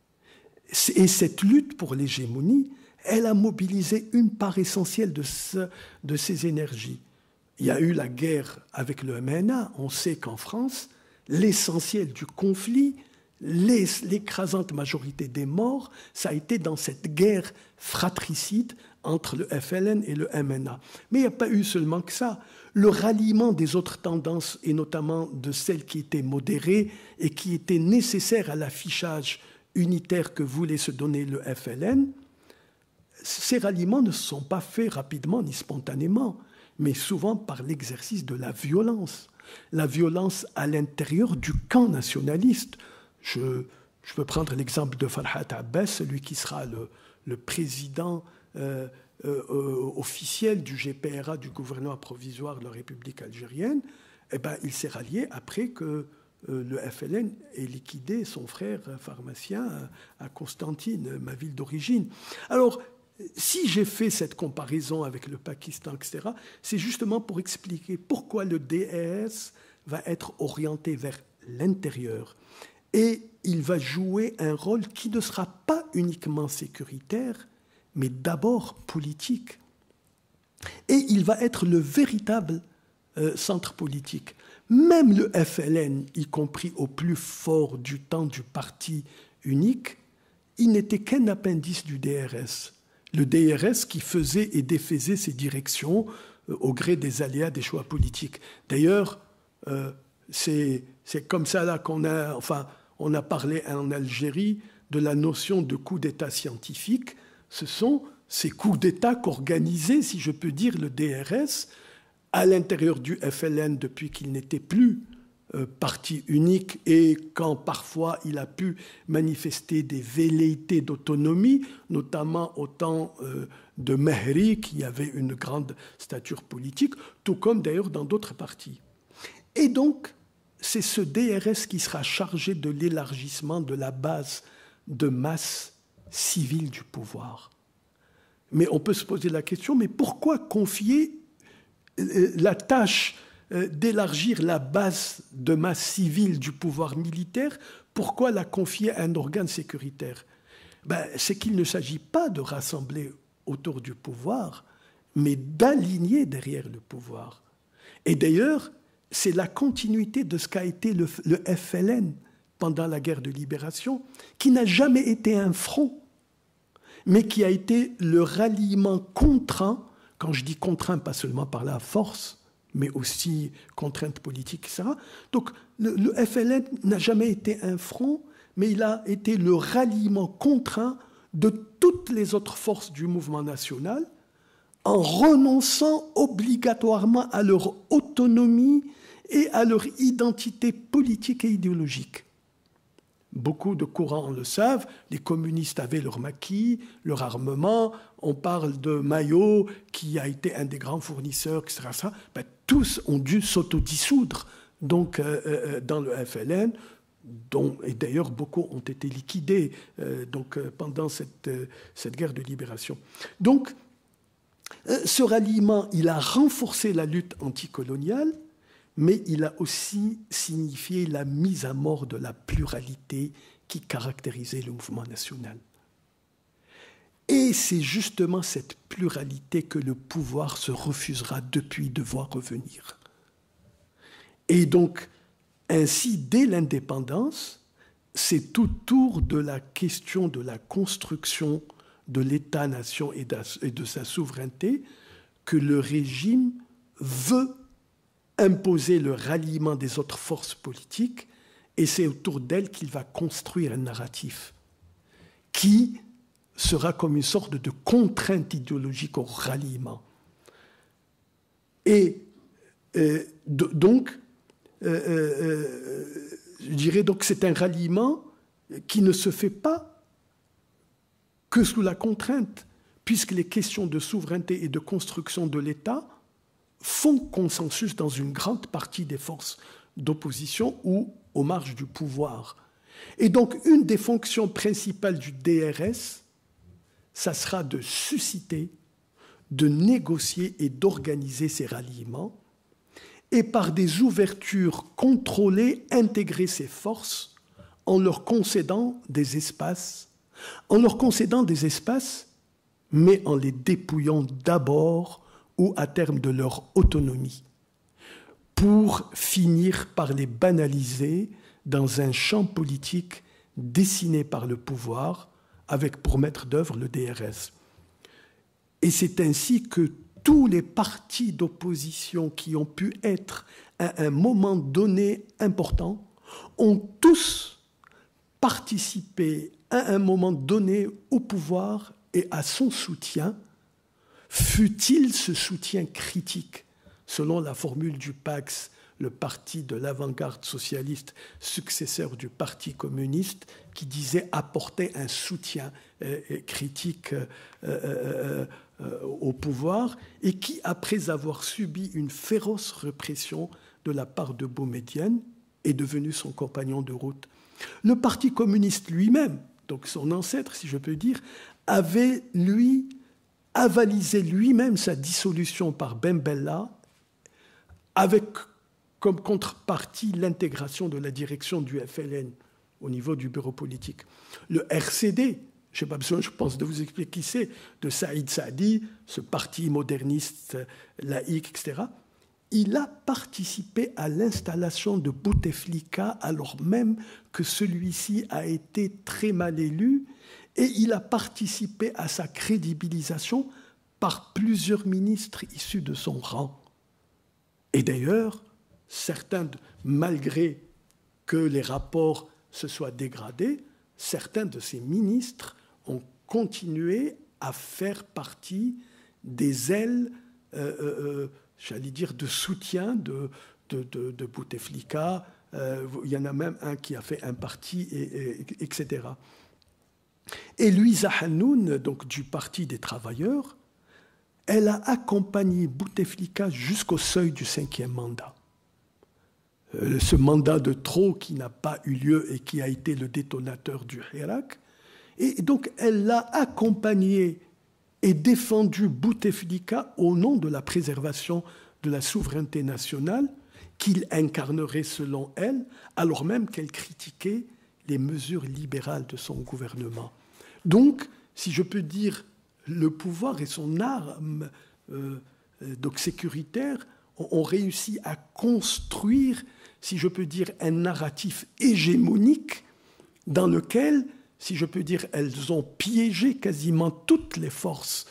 Et cette lutte pour l'hégémonie, elle a mobilisé une part essentielle de ses énergies. Il y a eu la guerre avec le MNA. On sait qu'en France, l'essentiel du conflit, l'écrasante majorité des morts, ça a été dans cette guerre fratricide entre le FLN et le MNA. Mais il n'y a pas eu seulement que ça. Le ralliement des autres tendances, et notamment de celles qui étaient modérées et qui étaient nécessaires à l'affichage unitaire que voulait se donner le FLN, ces ralliements ne se sont pas faits rapidement ni spontanément, mais souvent par l'exercice de la violence à l'intérieur du camp nationaliste. Je peux prendre l'exemple de Farhat Abbas, celui qui sera le président officiel du GPRA, du gouvernement provisoire de la République algérienne. Eh ben, il s'est rallié après que le FLN ait liquidé son frère pharmacien à Constantine, ma ville d'origine. Alors, si j'ai fait cette comparaison avec le Pakistan, etc., c'est justement pour expliquer pourquoi le DRS va être orienté vers l'intérieur. Et il va jouer un rôle qui ne sera pas uniquement sécuritaire, mais d'abord politique. Et il va être le véritable centre politique. Même le FLN, y compris au plus fort du temps du parti unique, il n'était qu'un appendice du DRS. Le DRS qui faisait et défaisait ses directions au gré des aléas des choix politiques. D'ailleurs, c'est comme ça là qu'on a... Enfin, on a parlé en Algérie de la notion de coup d'État scientifique. Ce sont ces coups d'État qu'organisait, si je peux dire, le DRS à l'intérieur du FLN depuis qu'il n'était plus parti unique et quand parfois il a pu manifester des velléités d'autonomie, notamment au temps de Mehri, qui avait une grande stature politique, tout comme d'ailleurs dans d'autres partis. Et donc, c'est ce DRS qui sera chargé de l'élargissement de la base de masse civile du pouvoir. Mais on peut se poser la question, mais pourquoi confier la tâche d'élargir la base de masse civile du pouvoir militaire, pourquoi la confier à un organe sécuritaire ? C'est qu'il ne s'agit pas de rassembler autour du pouvoir, mais d'aligner derrière le pouvoir. Et d'ailleurs, c'est la continuité de ce qu'a été le FLN pendant la guerre de libération, qui n'a jamais été un front, mais qui a été le ralliement contraint, quand je dis contraint, pas seulement par la force, mais aussi contrainte politique, etc. Donc le FLN n'a jamais été un front, mais il a été le ralliement contraint de toutes les autres forces du mouvement national en renonçant obligatoirement à leur autonomie et à leur identité politique et idéologique. Beaucoup de courants le savent, les communistes avaient leur maquis, leur armement, on parle de Maillot qui a été un des grands fournisseurs, etc. Ben, tous ont dû s'autodissoudre donc, dans le FLN, et d'ailleurs beaucoup ont été liquidés pendant cette guerre de libération. Donc, ce ralliement, il a renforcé la lutte anticoloniale, mais il a aussi signifié la mise à mort de la pluralité qui caractérisait le mouvement national. Et c'est justement cette pluralité que le pouvoir se refusera depuis de voir revenir. Et donc, ainsi, dès l'indépendance, c'est autour de la question de la construction de l'État-nation et de sa souveraineté que le régime veut imposer le ralliement des autres forces politiques, et c'est autour d'elle qu'il va construire un narratif qui sera comme une sorte de contrainte idéologique au ralliement. Et donc, je dirais donc que c'est un ralliement qui ne se fait pas que sous la contrainte, puisque les questions de souveraineté et de construction de l'État font consensus dans une grande partie des forces d'opposition ou aux marges du pouvoir. Et donc, une des fonctions principales du DRS, ça sera de susciter, de négocier et d'organiser ces ralliements, et par des ouvertures contrôlées, intégrer ces forces en leur concédant des espaces, mais en les dépouillant d'abord ou à terme de leur autonomie, pour finir par les banaliser dans un champ politique dessiné par le pouvoir, avec pour maître d'œuvre le DRS. Et c'est ainsi que tous les partis d'opposition qui ont pu être à un moment donné important ont tous participé à un moment donné au pouvoir et à son soutien, fût-il ce soutien critique, selon la formule du PAX, le parti de l'avant-garde socialiste, successeur du Parti communiste, qui disait apporter un soutien critique au pouvoir, et qui, après avoir subi une féroce répression de la part de Boumedienne, est devenu son compagnon de route. Le Parti communiste lui-même, donc son ancêtre, si je peux dire, avait, lui, avalisé lui-même sa dissolution par Ben Bella, avec comme contrepartie l'intégration de la direction du FLN au niveau du bureau politique. Le RCD, je n'ai pas besoin, je pense, de vous expliquer qui c'est, de Saïd Saadi, ce parti moderniste, laïque, etc., il a participé à l'installation de Bouteflika alors même que celui-ci a été très mal élu, et il a participé à sa crédibilisation par plusieurs ministres issus de son rang. Et d'ailleurs, certains, malgré que les rapports se soient dégradés, certains de ces ministres ont continué à faire partie des ailes, j'allais dire, de soutien de Bouteflika. Il y en a même un qui a fait un parti, etc. Et Louisa Hanoun, donc du Parti des travailleurs, elle a accompagné Bouteflika jusqu'au seuil du 5e mandat. Ce mandat de trop qui n'a pas eu lieu et qui a été le détonateur du Hirak. Et donc, elle l'a accompagné et défendu Bouteflika au nom de la préservation de la souveraineté nationale qu'il incarnerait selon elle, alors même qu'elle critiquait les mesures libérales de son gouvernement. Donc, si je peux dire, le pouvoir et son arme donc sécuritaire ont réussi à construire, si je peux dire, un narratif hégémonique dans lequel, si je peux dire, elles ont piégé quasiment toutes les forces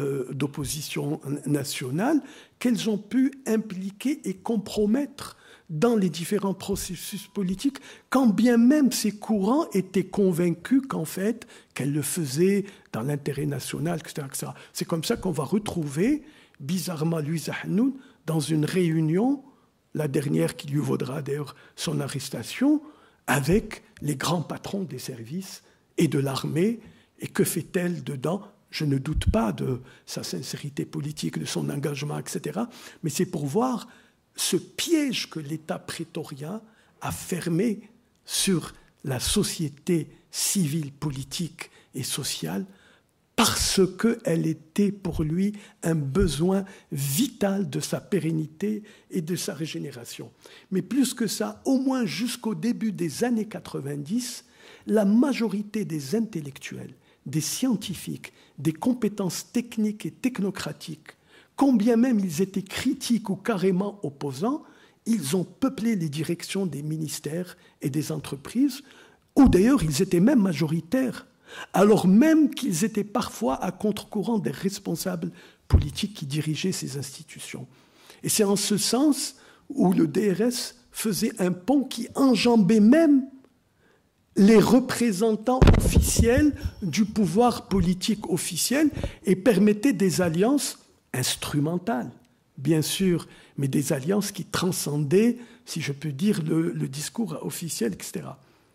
d'opposition nationale, qu'elles ont pu impliquer et compromettre dans les différents processus politiques, quand bien même ces courants étaient convaincus qu'en fait, qu'elle le faisait dans l'intérêt national, etc., etc. C'est comme ça qu'on va retrouver, bizarrement, Louise Hanoun dans une réunion, la dernière qui lui vaudra d'ailleurs son arrestation, avec les grands patrons des services et de l'armée. Et que fait-elle dedans? Je ne doute pas de sa sincérité politique, de son engagement, etc. Mais c'est pour voir ce piège que l'État prétorien a fermé sur la société civile, politique et sociale, parce qu'elle était pour lui un besoin vital de sa pérennité et de sa régénération. Mais plus que ça, au moins jusqu'au début des années 90, la majorité des intellectuels, des scientifiques, des compétences techniques et technocratiques, combien même ils étaient critiques ou carrément opposants, ils ont peuplé les directions des ministères et des entreprises, ou d'ailleurs ils étaient même majoritaires, alors même qu'ils étaient parfois à contre-courant des responsables politiques qui dirigeaient ces institutions. Et c'est en ce sens où le DRS faisait un pont qui enjambait même les représentants officiels du pouvoir politique officiel et permettait des alliances instrumentales, bien sûr, mais des alliances qui transcendaient, si je peux dire, le discours officiel, etc.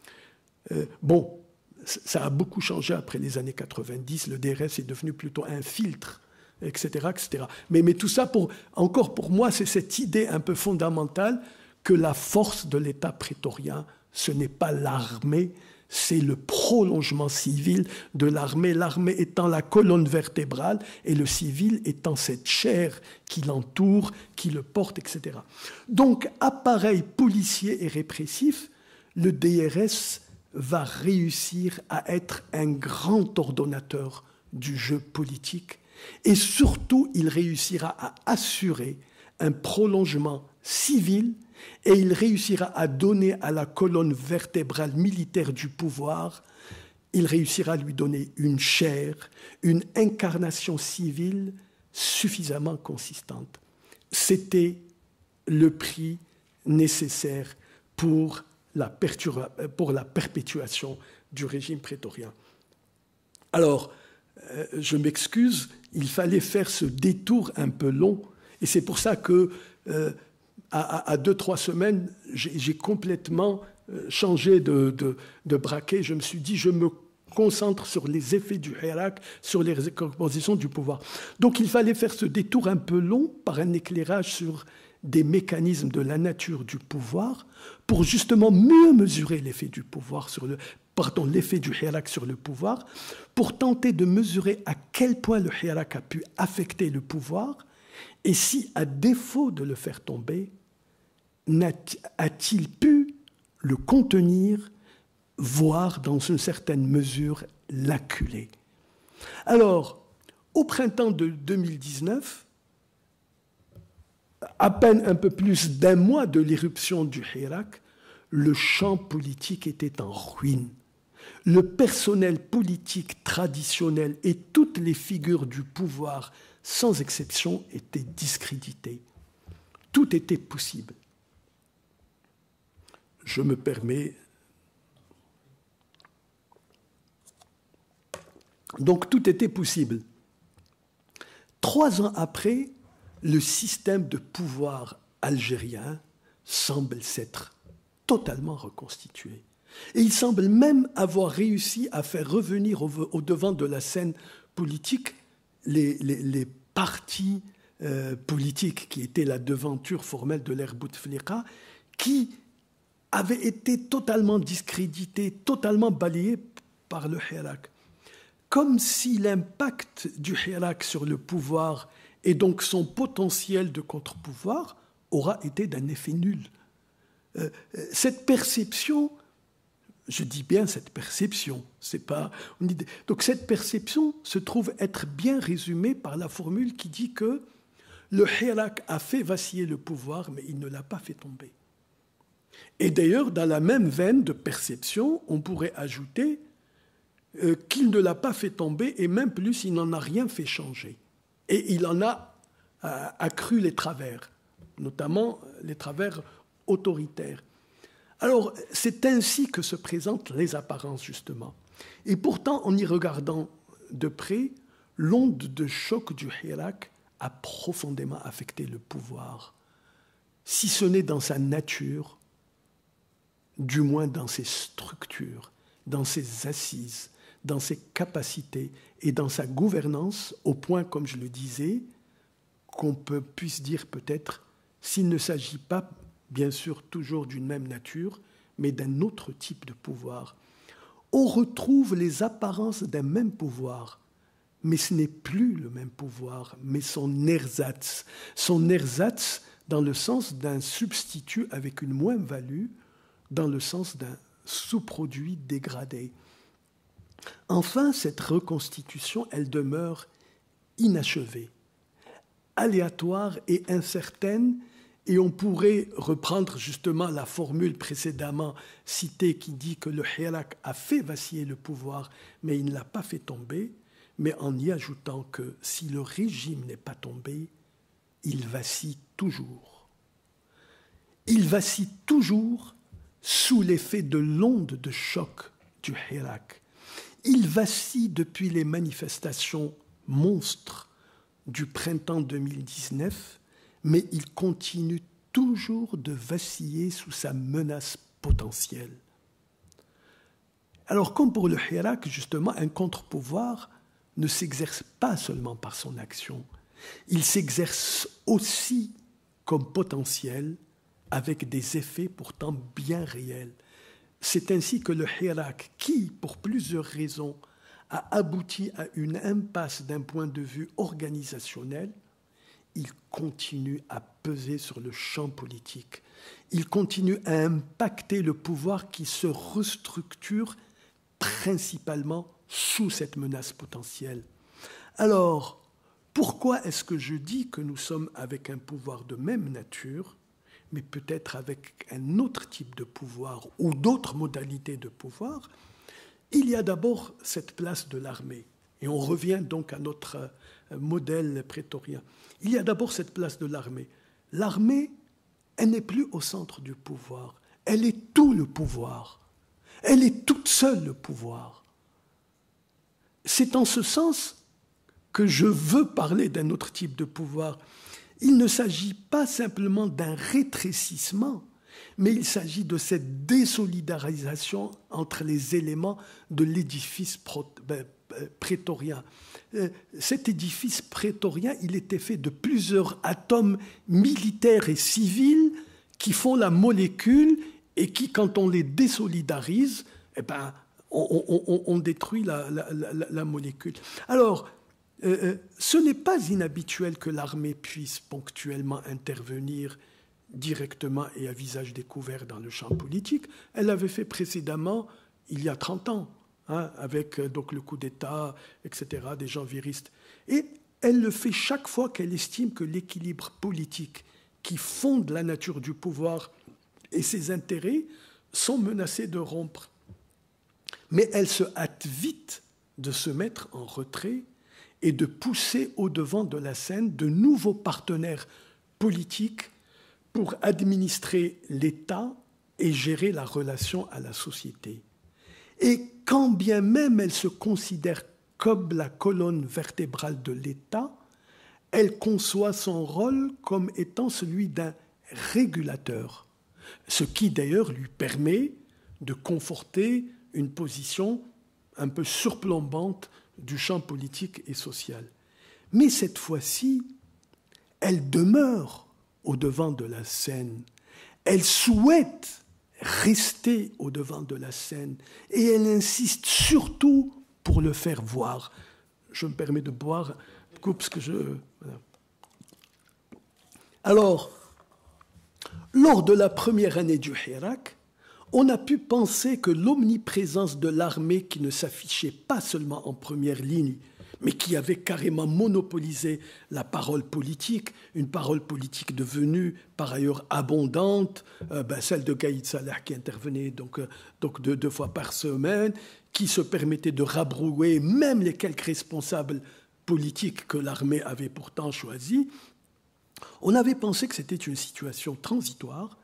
Bon, ça a beaucoup changé après les années 90, le DRS est devenu plutôt un filtre, etc., etc. Mais tout ça, encore pour moi, c'est cette idée un peu fondamentale que la force de l'État prétorien, ce n'est pas l'armée, c'est le prolongement civil de l'armée, l'armée étant la colonne vertébrale et le civil étant cette chair qui l'entoure, qui le porte, etc. Donc, appareil policier et répressif, le DRS va réussir à être un grand ordonnateur du jeu politique et surtout, il réussira à assurer un prolongement civil et il réussira à donner à la colonne vertébrale militaire du pouvoir, il réussira à lui donner une chair, une incarnation civile suffisamment consistante. C'était le prix nécessaire pour la perpétuation du régime prétorien. Alors, je m'excuse, il fallait faire ce détour un peu long, et c'est pour ça que à 2-3 semaines, j'ai complètement changé de braquet. Je me suis dit, je me concentre sur les effets du Hirak, sur les recompositions du pouvoir. Donc il fallait faire ce détour un peu long par un éclairage sur des mécanismes de la nature du pouvoir pour justement mieux mesurer l'effet du pouvoir l'effet du Hirak sur le pouvoir, pour tenter de mesurer à quel point le Hirak a pu affecter le pouvoir et si, à défaut de le faire tomber, a-t-il pu le contenir, voire dans une certaine mesure l'acculer. Alors, au printemps de 2019, à peine un peu plus d'un mois de l'éruption du Hirak, le champ politique était en ruine. Le personnel politique traditionnel et toutes les figures du pouvoir, sans exception, étaient discrédités. Tout était possible. Je me permets. Donc tout était possible. 3 ans après, le système de pouvoir algérien semble s'être totalement reconstitué. Et il semble même avoir réussi à faire revenir au devant de la scène politique les partis politiques qui étaient la devanture formelle de l'ère Bouteflika, qui avaient été totalement discrédités, totalement balayés par le Hirak. Comme si l'impact du Hirak sur le pouvoir et donc son potentiel de contre-pouvoir aura été d'un effet nul. Cette perception, je dis bien cette perception, c'est pas une idée. Donc cette perception se trouve être bien résumée par la formule qui dit que le Hirak a fait vaciller le pouvoir, mais il ne l'a pas fait tomber. Et d'ailleurs, dans la même veine de perception, on pourrait ajouter qu'il ne l'a pas fait tomber, et même plus, il n'en a rien fait changer. Et il en a accru les travers, notamment les travers autoritaire. Alors, c'est ainsi que se présentent les apparences, justement. Et pourtant, en y regardant de près, l'onde de choc du Hirak a profondément affecté le pouvoir, si ce n'est dans sa nature, du moins dans ses structures, dans ses assises, dans ses capacités et dans sa gouvernance, au point, comme je le disais, qu'on puisse dire peut-être, s'il ne s'agit pas, bien sûr, toujours d'une même nature, mais d'un autre type de pouvoir. On retrouve les apparences d'un même pouvoir, mais ce n'est plus le même pouvoir, mais son ersatz. Son ersatz dans le sens d'un substitut avec une moins-value, dans le sens d'un sous-produit dégradé. Enfin, cette reconstitution, elle demeure inachevée, aléatoire et incertaine, et on pourrait reprendre justement la formule précédemment citée qui dit que le Hirak a fait vaciller le pouvoir, mais il ne l'a pas fait tomber, mais en y ajoutant que si le régime n'est pas tombé, il vacille toujours. Il vacille toujours sous l'effet de l'onde de choc du Hirak. Il vacille depuis les manifestations monstres du printemps 2019, mais il continue toujours de vaciller sous sa menace potentielle. Alors, comme pour le Hirak, justement, un contre-pouvoir ne s'exerce pas seulement par son action, il s'exerce aussi comme potentiel avec des effets pourtant bien réels. C'est ainsi que le Hirak, qui, pour plusieurs raisons, a abouti à une impasse d'un point de vue organisationnel, il continue à peser sur le champ politique. Il continue à impacter le pouvoir qui se restructure principalement sous cette menace potentielle. Alors, pourquoi est-ce que je dis que nous sommes avec un pouvoir de même nature, mais peut-être avec un autre type de pouvoir ou d'autres modalités de pouvoir? Il y a d'abord cette place de l'armée. Et on revient donc à notre modèle prétorien. Il y a d'abord cette place de l'armée. L'armée, elle n'est plus au centre du pouvoir. Elle est tout le pouvoir. Elle est toute seule le pouvoir. C'est en ce sens que je veux parler d'un autre type de pouvoir. Il ne s'agit pas simplement d'un rétrécissement, mais il s'agit de cette désolidarisation entre les éléments de l'édifice prétorien. Cet édifice prétorien, il était fait de plusieurs atomes militaires et civils qui font la molécule et qui, quand on les désolidarise, eh ben, on détruit la molécule. Alors, ce n'est pas inhabituel que l'armée puisse ponctuellement intervenir directement et à visage découvert dans le champ politique. Elle l'avait fait précédemment, il y a 30 ans, avec donc le coup d'État, etc., des gens viristes. Et elle le fait chaque fois qu'elle estime que l'équilibre politique qui fonde la nature du pouvoir et ses intérêts sont menacés de rompre. Mais elle se hâte vite de se mettre en retrait et de pousser au-devant de la scène de nouveaux partenaires politiques pour administrer l'État et gérer la relation à la société. Et quand bien même elle se considère comme la colonne vertébrale de l'État, elle conçoit son rôle comme étant celui d'un régulateur, ce qui d'ailleurs lui permet de conforter une position un peu surplombante du champ politique et social. Mais cette fois-ci, elle demeure au devant de la scène. Elle souhaite rester au devant de la scène et elle insiste surtout pour le faire voir. Je me permets de boire, parce que voilà. Alors, lors de la première année du Hirak, on a pu penser que l'omniprésence de l'armée qui ne s'affichait pas seulement en première ligne, mais qui avait carrément monopolisé la parole politique, une parole politique devenue par ailleurs abondante, celle de Gaïd Salah qui intervenait donc deux fois par semaine, qui se permettait de rabrouer même les quelques responsables politiques que l'armée avait pourtant choisis. On avait pensé que c'était une situation transitoire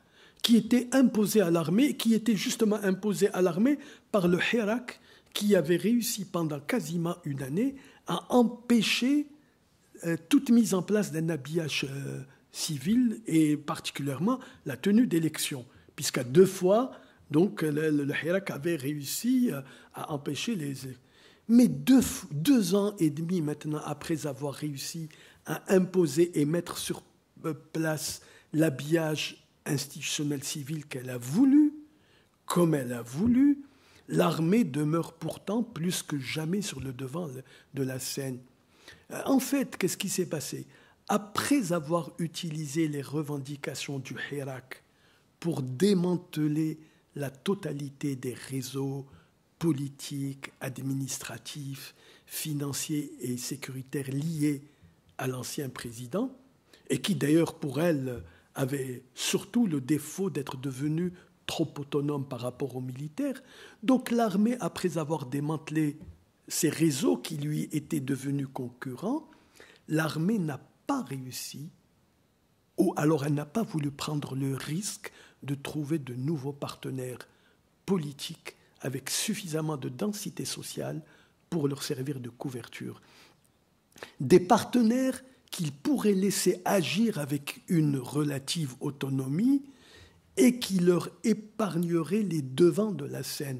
qui était imposé à l'armée, qui était justement imposé à l'armée par le Hirak, qui avait réussi pendant quasiment une année à empêcher toute mise en place d'un habillage civil et particulièrement la tenue d'élections, puisqu'à 2 fois, donc, le Hirak avait réussi à empêcher les... Mais 2 ans et demi maintenant, après avoir réussi à imposer et mettre sur place l'habillage institutionnel civil qu'elle a voulu, comme elle a voulu, l'armée demeure pourtant plus que jamais sur le devant de la scène. En fait, qu'est-ce qui s'est passé? Après avoir utilisé les revendications du Hirak pour démanteler la totalité des réseaux politiques, administratifs, financiers et sécuritaires liés à l'ancien président, et qui d'ailleurs pour elle avait surtout le défaut d'être devenu trop autonome par rapport aux militaires. Donc l'armée, après avoir démantelé ces réseaux qui lui étaient devenus concurrents, l'armée n'a pas réussi, ou alors elle n'a pas voulu prendre le risque de trouver de nouveaux partenaires politiques avec suffisamment de densité sociale pour leur servir de couverture. Des partenaires qu'ils pourraient laisser agir avec une relative autonomie et qui leur épargneraient les devants de la scène.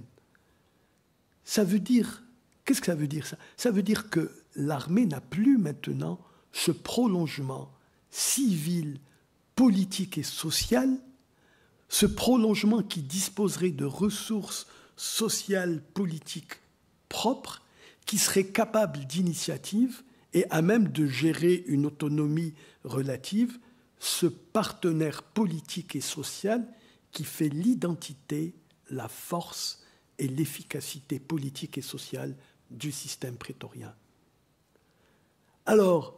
Ça veut dire, qu'est-ce que ça veut dire ça? Ça veut dire que l'armée n'a plus maintenant ce prolongement civil, politique et social, ce prolongement qui disposerait de ressources sociales, politiques propres, qui serait capable d'initiative et à même de gérer une autonomie relative, ce partenaire politique et social qui fait l'identité, la force et l'efficacité politique et sociale du système prétorien. Alors,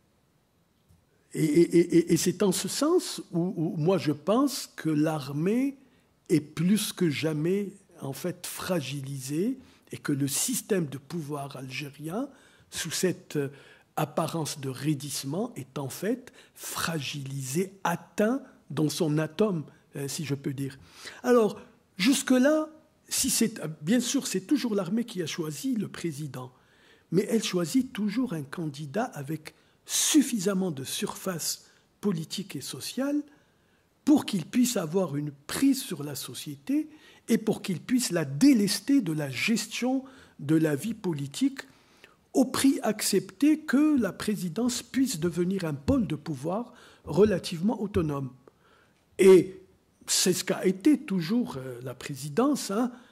et c'est en ce sens où moi je pense que l'armée est plus que jamais en fait fragilisée et que le système de pouvoir algérien, sous cette apparence de raidissement, est en fait fragilisé, atteint dans son atome, si je peux dire. Alors, jusque-là, bien sûr, c'est toujours l'armée qui a choisi le président, mais elle choisit toujours un candidat avec suffisamment de surface politique et sociale pour qu'il puisse avoir une prise sur la société et pour qu'il puisse la délester de la gestion de la vie politique au prix accepté que la présidence puisse devenir un pôle de pouvoir relativement autonome. Et c'est ce qu'a été toujours la présidence.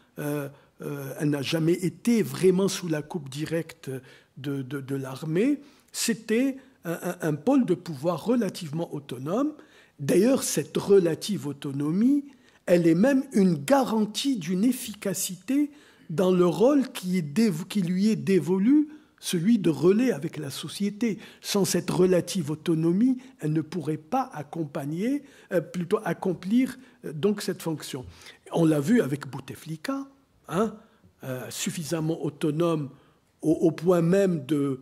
Elle n'a jamais été vraiment sous la coupe directe de l'armée. C'était un pôle de pouvoir relativement autonome. D'ailleurs, cette relative autonomie, elle est même une garantie d'une efficacité dans le rôle qui lui est dévolu, celui de relais avec la société. Sans cette relative autonomie, elle ne pourrait pas accomplir donc cette fonction. On l'a vu avec Bouteflika, suffisamment autonome au point même de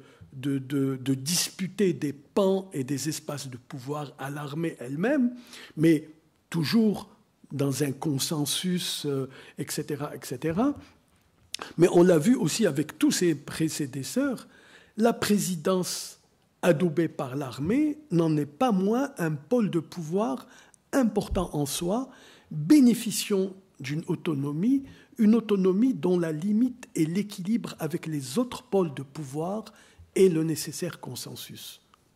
disputer des pans et des espaces de pouvoir à l'armée elle-même, mais toujours dans un consensus, etc., etc. Mais on l'a vu aussi avec tous ses prédécesseurs, la présidence adoubée par l'armée n'en est pas moins un pôle de pouvoir important en soi, bénéficiant d'une autonomie, une autonomie dont la limite est l'équilibre avec les autres pôles de pouvoir et le nécessaire consensus.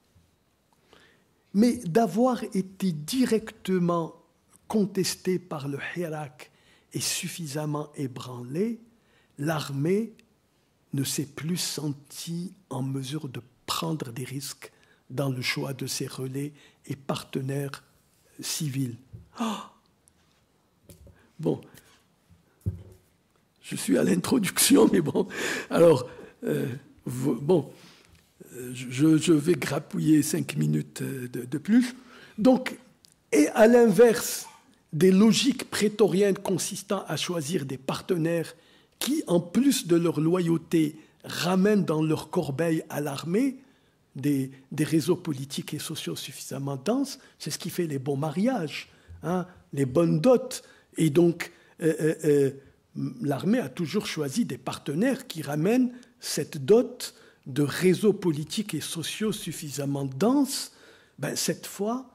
Mais d'avoir été directement contesté par le Hirak et suffisamment ébranlé, l'armée ne s'est plus sentie en mesure de prendre des risques dans le choix de ses relais et partenaires civils. Bon, je suis à l'introduction, mais bon, alors, je vais grappouiller 5 minutes de plus. Donc, et à l'inverse des logiques prétoriennes consistant à choisir des partenaires qui, en plus de leur loyauté, ramènent dans leur corbeille à l'armée des réseaux politiques et sociaux suffisamment denses, c'est ce qui fait les bons mariages. les bonnes dots. Et donc, l'armée a toujours choisi des partenaires qui ramènent cette dot de réseaux politiques et sociaux suffisamment denses. Cette fois,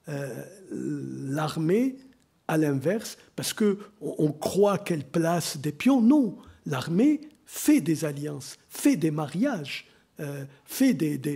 l'armée, à l'inverse, parce qu'on croit qu'elle place des pions, non, l'armée fait des alliances, fait des mariages, fait des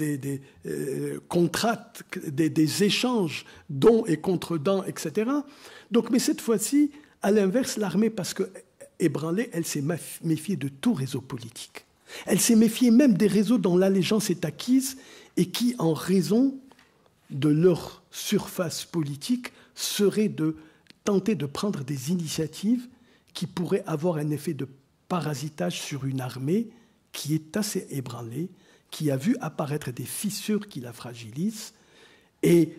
contrats, des échanges, dons et contre-dons, etc. Donc, mais cette fois-ci, à l'inverse, l'armée, parce qu'ébranlée, elle s'est méfiée de tout réseau politique. Elle s'est méfiée même des réseaux dont l'allégeance est acquise et qui, en raison de leur surface politique, seraient de tenter de prendre des initiatives qui pourraient avoir un effet de parasitage sur une armée qui est assez ébranlée, qui a vu apparaître des fissures qui la fragilisent. Et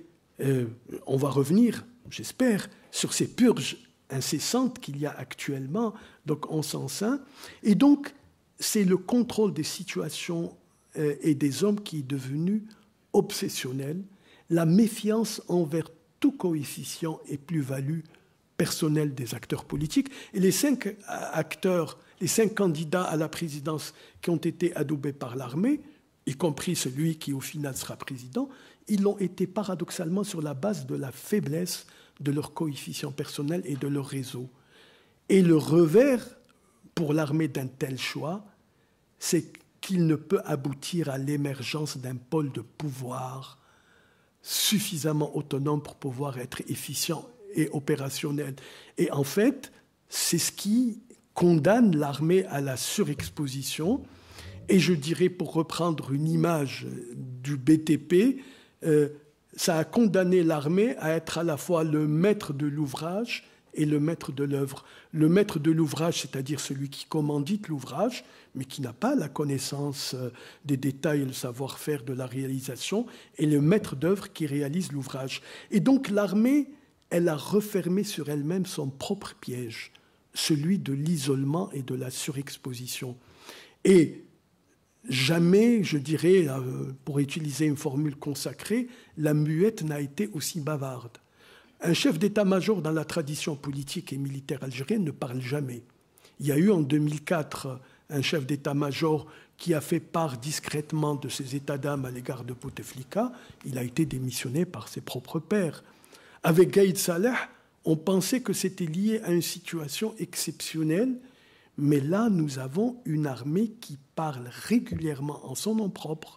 on va revenir, j'espère, sur ces purges incessantes qu'il y a actuellement, donc en sens sain. Et donc, c'est le contrôle des situations et des hommes qui est devenu obsessionnel, la méfiance envers tout coefficient et plus-value personnelle des acteurs politiques. Et les 5 acteurs, les 5 candidats à la présidence qui ont été adoubés par l'armée, y compris celui qui au final sera président, ils l'ont été paradoxalement sur la base de la faiblesse de leur coefficient personnel et de leur réseau. Et le revers pour l'armée d'un tel choix, c'est qu'il ne peut aboutir à l'émergence d'un pôle de pouvoir suffisamment autonome pour pouvoir être efficient et opérationnel. Et en fait, c'est ce qui condamne l'armée à la surexposition. Et je dirais, pour reprendre une image du BTP, ça a condamné l'armée à être à la fois le maître de l'ouvrage et le maître de l'œuvre. Le maître de l'ouvrage, c'est-à-dire celui qui commandite l'ouvrage, mais qui n'a pas la connaissance des détails et le savoir-faire de la réalisation, et le maître d'œuvre qui réalise l'ouvrage. Et donc l'armée, elle a refermé sur elle-même son propre piège, celui de l'isolement et de la surexposition. Et jamais, je dirais, pour utiliser une formule consacrée, la muette n'a été aussi bavarde. Un chef d'état-major dans la tradition politique et militaire algérienne ne parle jamais. Il y a eu en 2004 un chef d'état-major qui a fait part discrètement de ses états d'âme à l'égard de Bouteflika. Il a été démissionné par ses propres pairs. Avec Gaïd Salah, on pensait que c'était lié à une situation exceptionnelle, mais là, nous avons une armée qui parle régulièrement en son nom propre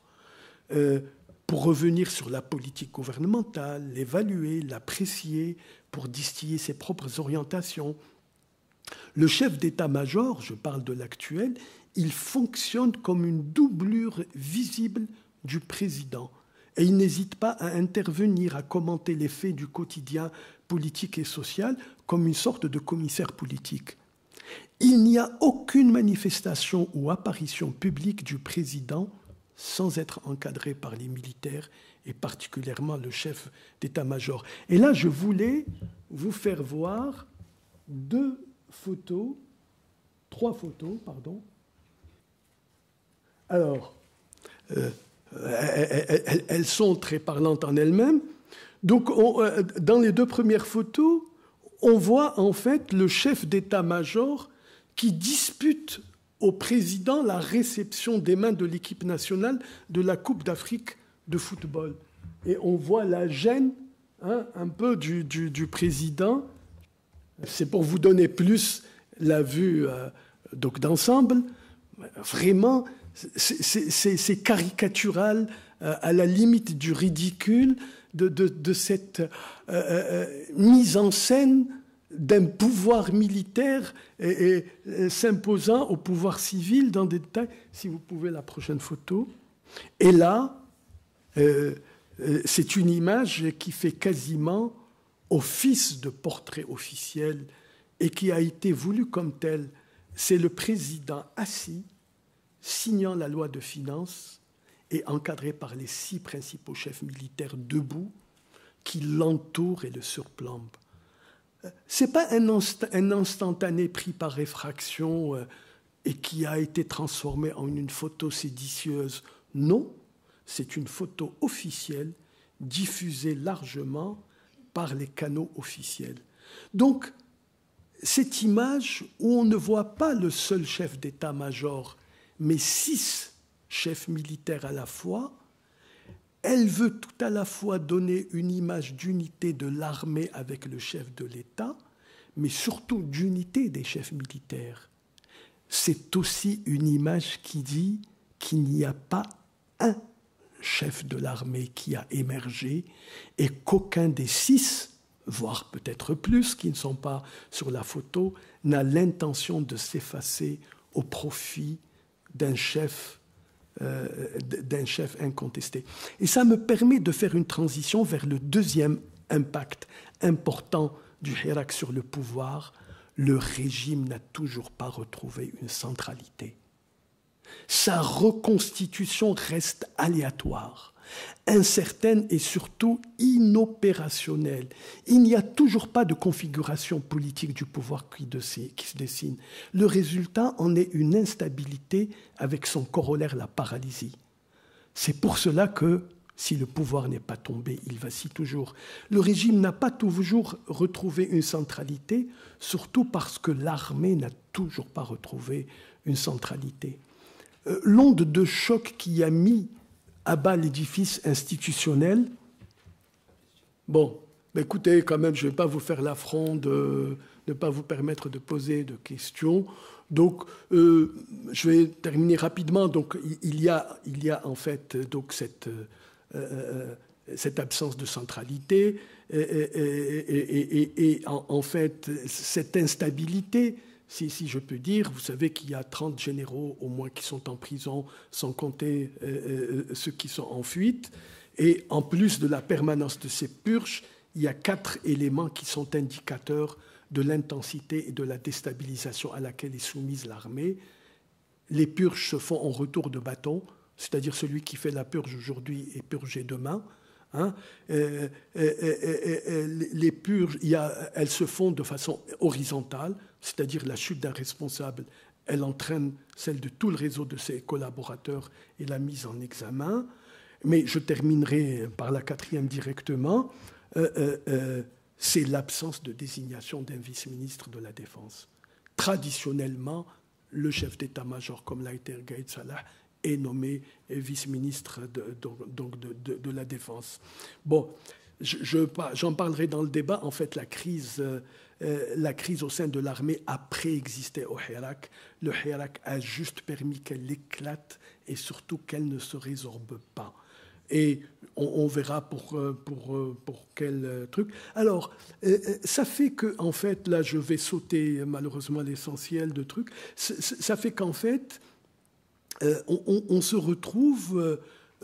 pour revenir sur la politique gouvernementale, l'évaluer, l'apprécier, pour distiller ses propres orientations. Le chef d'état-major, je parle de l'actuel, il fonctionne comme une doublure visible du président. Et il n'hésite pas à intervenir, à commenter les faits du quotidien politique et social comme une sorte de commissaire politique. Il n'y a aucune manifestation ou apparition publique du président sans être encadré par les militaires et particulièrement le chef d'état-major. Et là, je voulais vous faire voir trois photos. Alors, elles sont très parlantes en elles-mêmes. Donc, dans les 2 premières photos, on voit en fait le chef d'état-major qui dispute au président la réception des mains de l'équipe nationale de la Coupe d'Afrique de football. Et on voit la gêne un peu du président. C'est pour vous donner plus la vue donc d'ensemble. Vraiment, c'est caricatural, à la limite du ridicule, de cette mise en scène d'un pouvoir militaire et s'imposant au pouvoir civil dans des détails. Si vous pouvez, la prochaine photo. Et là, c'est une image qui fait quasiment office de portrait officiel et qui a été voulu comme tel. C'est le président assis, signant la loi de finances et encadré par les 6 principaux chefs militaires debout qui l'entourent et le surplombent. Ce n'est pas un instantané pris par réfraction et qui a été transformé en une photo séditieuse. Non, c'est une photo officielle diffusée largement par les canaux officiels. Donc, cette image où on ne voit pas le seul chef d'état-major, mais 6 chefs militaires à la fois, elle veut tout à la fois donner une image d'unité de l'armée avec le chef de l'État, mais surtout d'unité des chefs militaires. C'est aussi une image qui dit qu'il n'y a pas un chef de l'armée qui a émergé et qu'aucun des 6, voire peut-être plus, qui ne sont pas sur la photo, n'a l'intention de s'effacer au profit d'un chef incontesté. Et ça me permet de faire une transition vers le deuxième impact important du Hirak sur le pouvoir. Le régime n'a toujours pas retrouvé une centralité. Sa reconstitution reste aléatoire, incertaine et surtout inopérationnelle. Il n'y a toujours pas de configuration politique du pouvoir qui se dessine. Le résultat en est une instabilité avec son corollaire, la paralysie. C'est pour cela que, si le pouvoir n'est pas tombé, il vacille toujours. Le régime n'a pas toujours retrouvé une centralité, surtout parce que l'armée n'a toujours pas retrouvé une centralité. L'onde de choc qui a mis à bas l'édifice institutionnel, bon, écoutez, quand même, je ne vais pas vous faire l'affront de ne pas vous permettre de poser de questions. Donc, je vais terminer rapidement. Donc, il y a en fait donc cette absence de centralité et en fait cette instabilité. Si je peux dire, vous savez qu'il y a 30 généraux au moins qui sont en prison, sans compter ceux qui sont en fuite. Et en plus de la permanence de ces purges, il y a 4 éléments qui sont indicateurs de l'intensité et de la déstabilisation à laquelle est soumise l'armée. Les purges se font en retour de bâton, c'est-à-dire celui qui fait la purge aujourd'hui est purgé demain. Les purges, elles se font de façon horizontale, c'est-à-dire la chute d'un responsable, elle entraîne celle de tout le réseau de ses collaborateurs et la mise en examen. Mais je terminerai par la 4e directement. C'est l'absence de désignation d'un vice-ministre de la Défense. Traditionnellement, le chef d'état-major, comme l'a été Gaïd Salah, est nommé vice-ministre de la Défense. Bon, j'en parlerai dans le débat. En fait, la crise au sein de l'armée a préexisté au Hirak. Le Hirak a juste permis qu'elle éclate et surtout qu'elle ne se résorbe pas. Et on verra pour quel truc. Alors, ça fait que, en fait, là, je vais sauter malheureusement l'essentiel de trucs. Ça fait qu'en fait, on se retrouve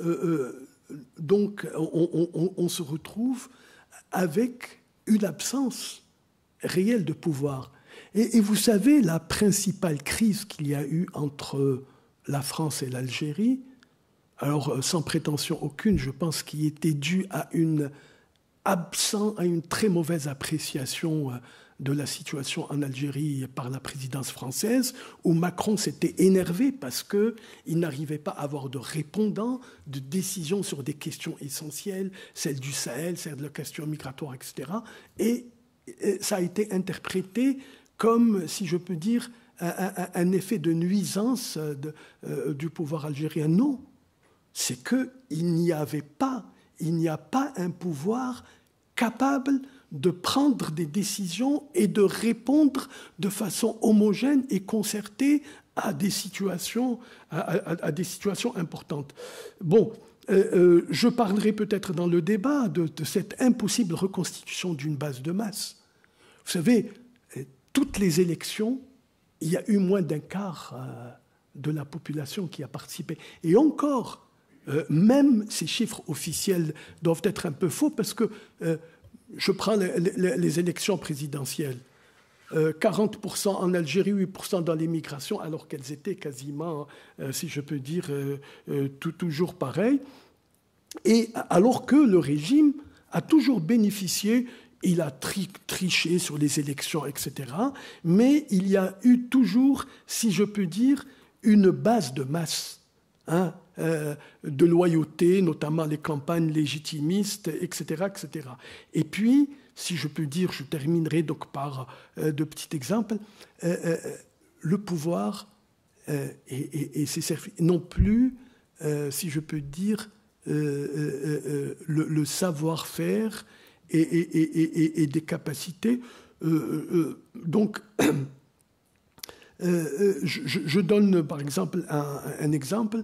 donc on se retrouve avec une absence réelle de pouvoir. Et vous savez, la principale crise qu'il y a eu entre la France et l'Algérie, alors sans prétention aucune, je pense qu'il était dû à une très mauvaise appréciation de la situation en Algérie par la présidence française, où Macron s'était énervé parce qu'il n'arrivait pas à avoir de répondants, de décisions sur des questions essentielles, celles du Sahel, celles de la question migratoire, etc. Et ça a été interprété comme, si je peux dire, un effet de nuisance du pouvoir algérien. Non, c'est qu'il n'y a pas un pouvoir capable de prendre des décisions et de répondre de façon homogène et concertée à des situations importantes. Bon, je parlerai peut-être dans le débat de cette impossible reconstitution d'une base de masse. Vous savez, toutes les élections, il y a eu moins d'un quart de la population qui a participé. Et encore, même ces chiffres officiels doivent être un peu faux parce que je prends les élections présidentielles. 40% en Algérie, 8% dans l'immigration, alors qu'elles étaient quasiment, si je peux dire, toujours pareilles. Et alors que le régime a toujours bénéficié, il a triché sur les élections, etc. Mais il y a eu toujours, si je peux dire, une base de masse. hein, de loyauté, notamment les campagnes légitimistes, etc., etc. Et puis, si je peux dire, je terminerai donc par de petits exemples, le pouvoir et ses services, non plus, si je peux dire, le savoir-faire et des capacités. Donc, je donne par exemple un exemple.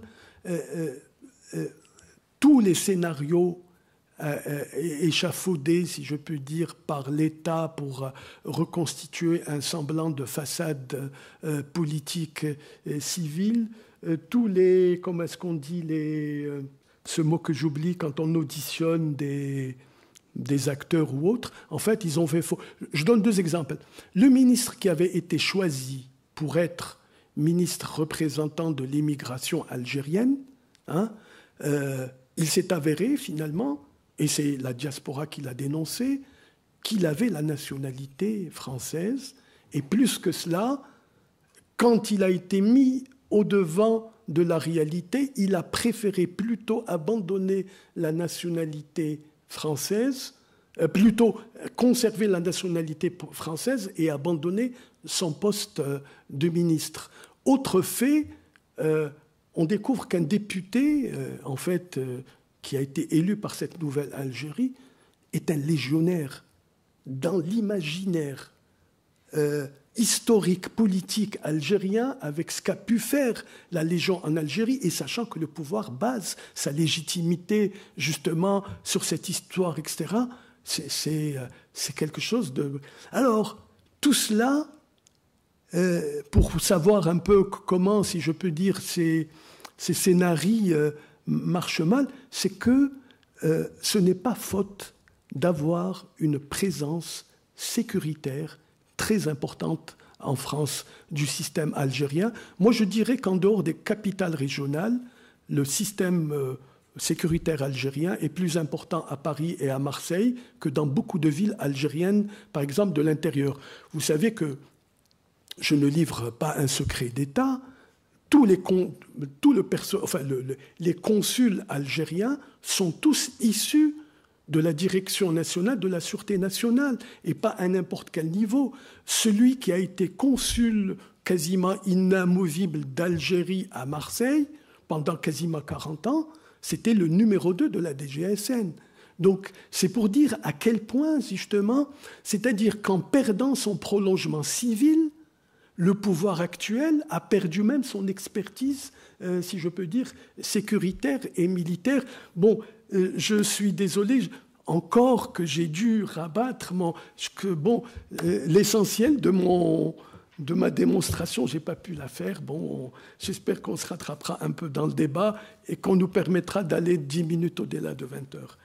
Tous les scénarios échafaudés, si je peux dire, par l'État pour reconstituer un semblant de façade politique civile, tous les, comment est-ce qu'on dit, ce mot que j'oublie quand on auditionne des acteurs ou autres, en fait, ils ont fait faux. Je donne deux exemples. Le ministre qui avait été choisi pour être ministre représentant de l'immigration algérienne, hein, il s'est avéré finalement, et c'est la diaspora qui l'a dénoncé, qu'il avait la nationalité française. Et plus que cela, quand il a été mis au-devant de la réalité, il a préféré plutôt abandonner la nationalité française, plutôt conserver la nationalité française et abandonner son poste de ministre. Autre fait, on découvre qu'un député, en fait, qui a été élu par cette nouvelle Algérie, est un légionnaire dans l'imaginaire historique, politique algérien, avec ce qu'a pu faire la Légion en Algérie, et sachant que le pouvoir base sa légitimité justement sur cette histoire, etc. C'est quelque chose de... Alors, tout cela, pour savoir un peu comment, si je peux dire, ces scénarios marchent mal, c'est que ce n'est pas faute d'avoir une présence sécuritaire très importante en France du système algérien. Moi, je dirais qu'en dehors des capitales régionales, le système sécuritaire algérien est plus important à Paris et à Marseille que dans beaucoup de villes algériennes, par exemple de l'intérieur. Vous savez que je ne livre pas un secret d'État. Les consuls algériens sont tous issus de la direction nationale de la sûreté nationale, et pas à n'importe quel niveau. Celui qui a été consul quasiment inamovible d'Algérie à Marseille pendant quasiment 40 ans, c'était le numéro 2 de la DGSN. Donc c'est pour dire à quel point, justement, c'est-à-dire qu'en perdant son prolongement civil, le pouvoir actuel a perdu même son expertise, si je peux dire, sécuritaire et militaire. Bon, je suis désolé, encore que j'ai dû rabattre l'essentiel de ma démonstration, je n'ai pas pu la faire. Bon, j'espère qu'on se rattrapera un peu dans le débat et qu'on nous permettra d'aller 10 minutes au-delà de 20 heures.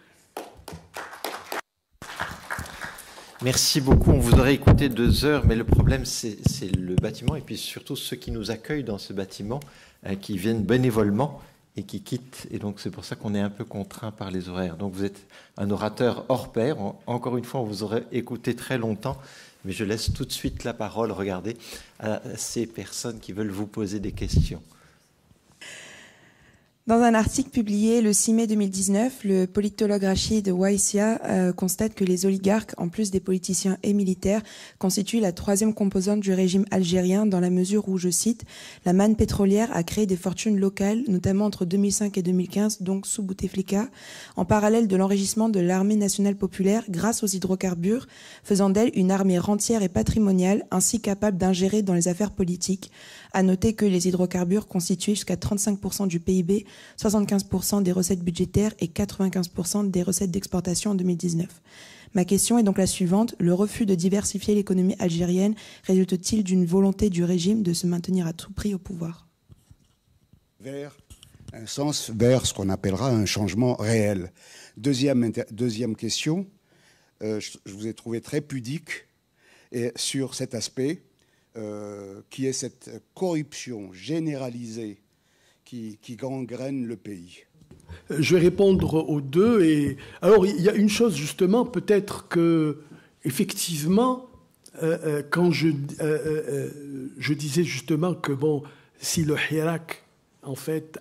Merci beaucoup. On vous aurait écouté 2 heures, mais le problème, c'est le bâtiment et puis surtout ceux qui nous accueillent dans ce bâtiment, qui viennent bénévolement et qui quittent. Et donc, c'est pour ça qu'on est un peu contraint par les horaires. Donc, vous êtes un orateur hors pair. Encore une fois, on vous aurait écouté très longtemps, mais je laisse tout de suite la parole, regardez, à ces personnes qui veulent vous poser des questions. Dans un article publié le 6 mai 2019, le politologue Rachid Waïsia constate que les oligarques, en plus des politiciens et militaires, constituent la 3e composante du régime algérien dans la mesure où, je cite, « la manne pétrolière a créé des fortunes locales, notamment entre 2005 et 2015, donc sous Bouteflika, en parallèle de l'enrichissement de l'armée nationale populaire grâce aux hydrocarbures, faisant d'elle une armée rentière et patrimoniale, ainsi capable d'ingérer dans les affaires politiques. À noter que les hydrocarbures constituaient jusqu'à 35% du PIB, 75% des recettes budgétaires et 95% des recettes d'exportation en 2019. Ma question est donc la suivante. Le refus de diversifier l'économie algérienne résulte-t-il d'une volonté du régime de se maintenir à tout prix au pouvoir ? Vers ce qu'on appellera un changement réel. Deuxième question, je vous ai trouvé très pudique sur cet aspect qui est cette corruption généralisée qui gangrène le pays. Je vais répondre aux deux. Et alors, il y a une chose, justement, peut-être que, effectivement, quand je disais justement que, bon, si le Hirak en fait,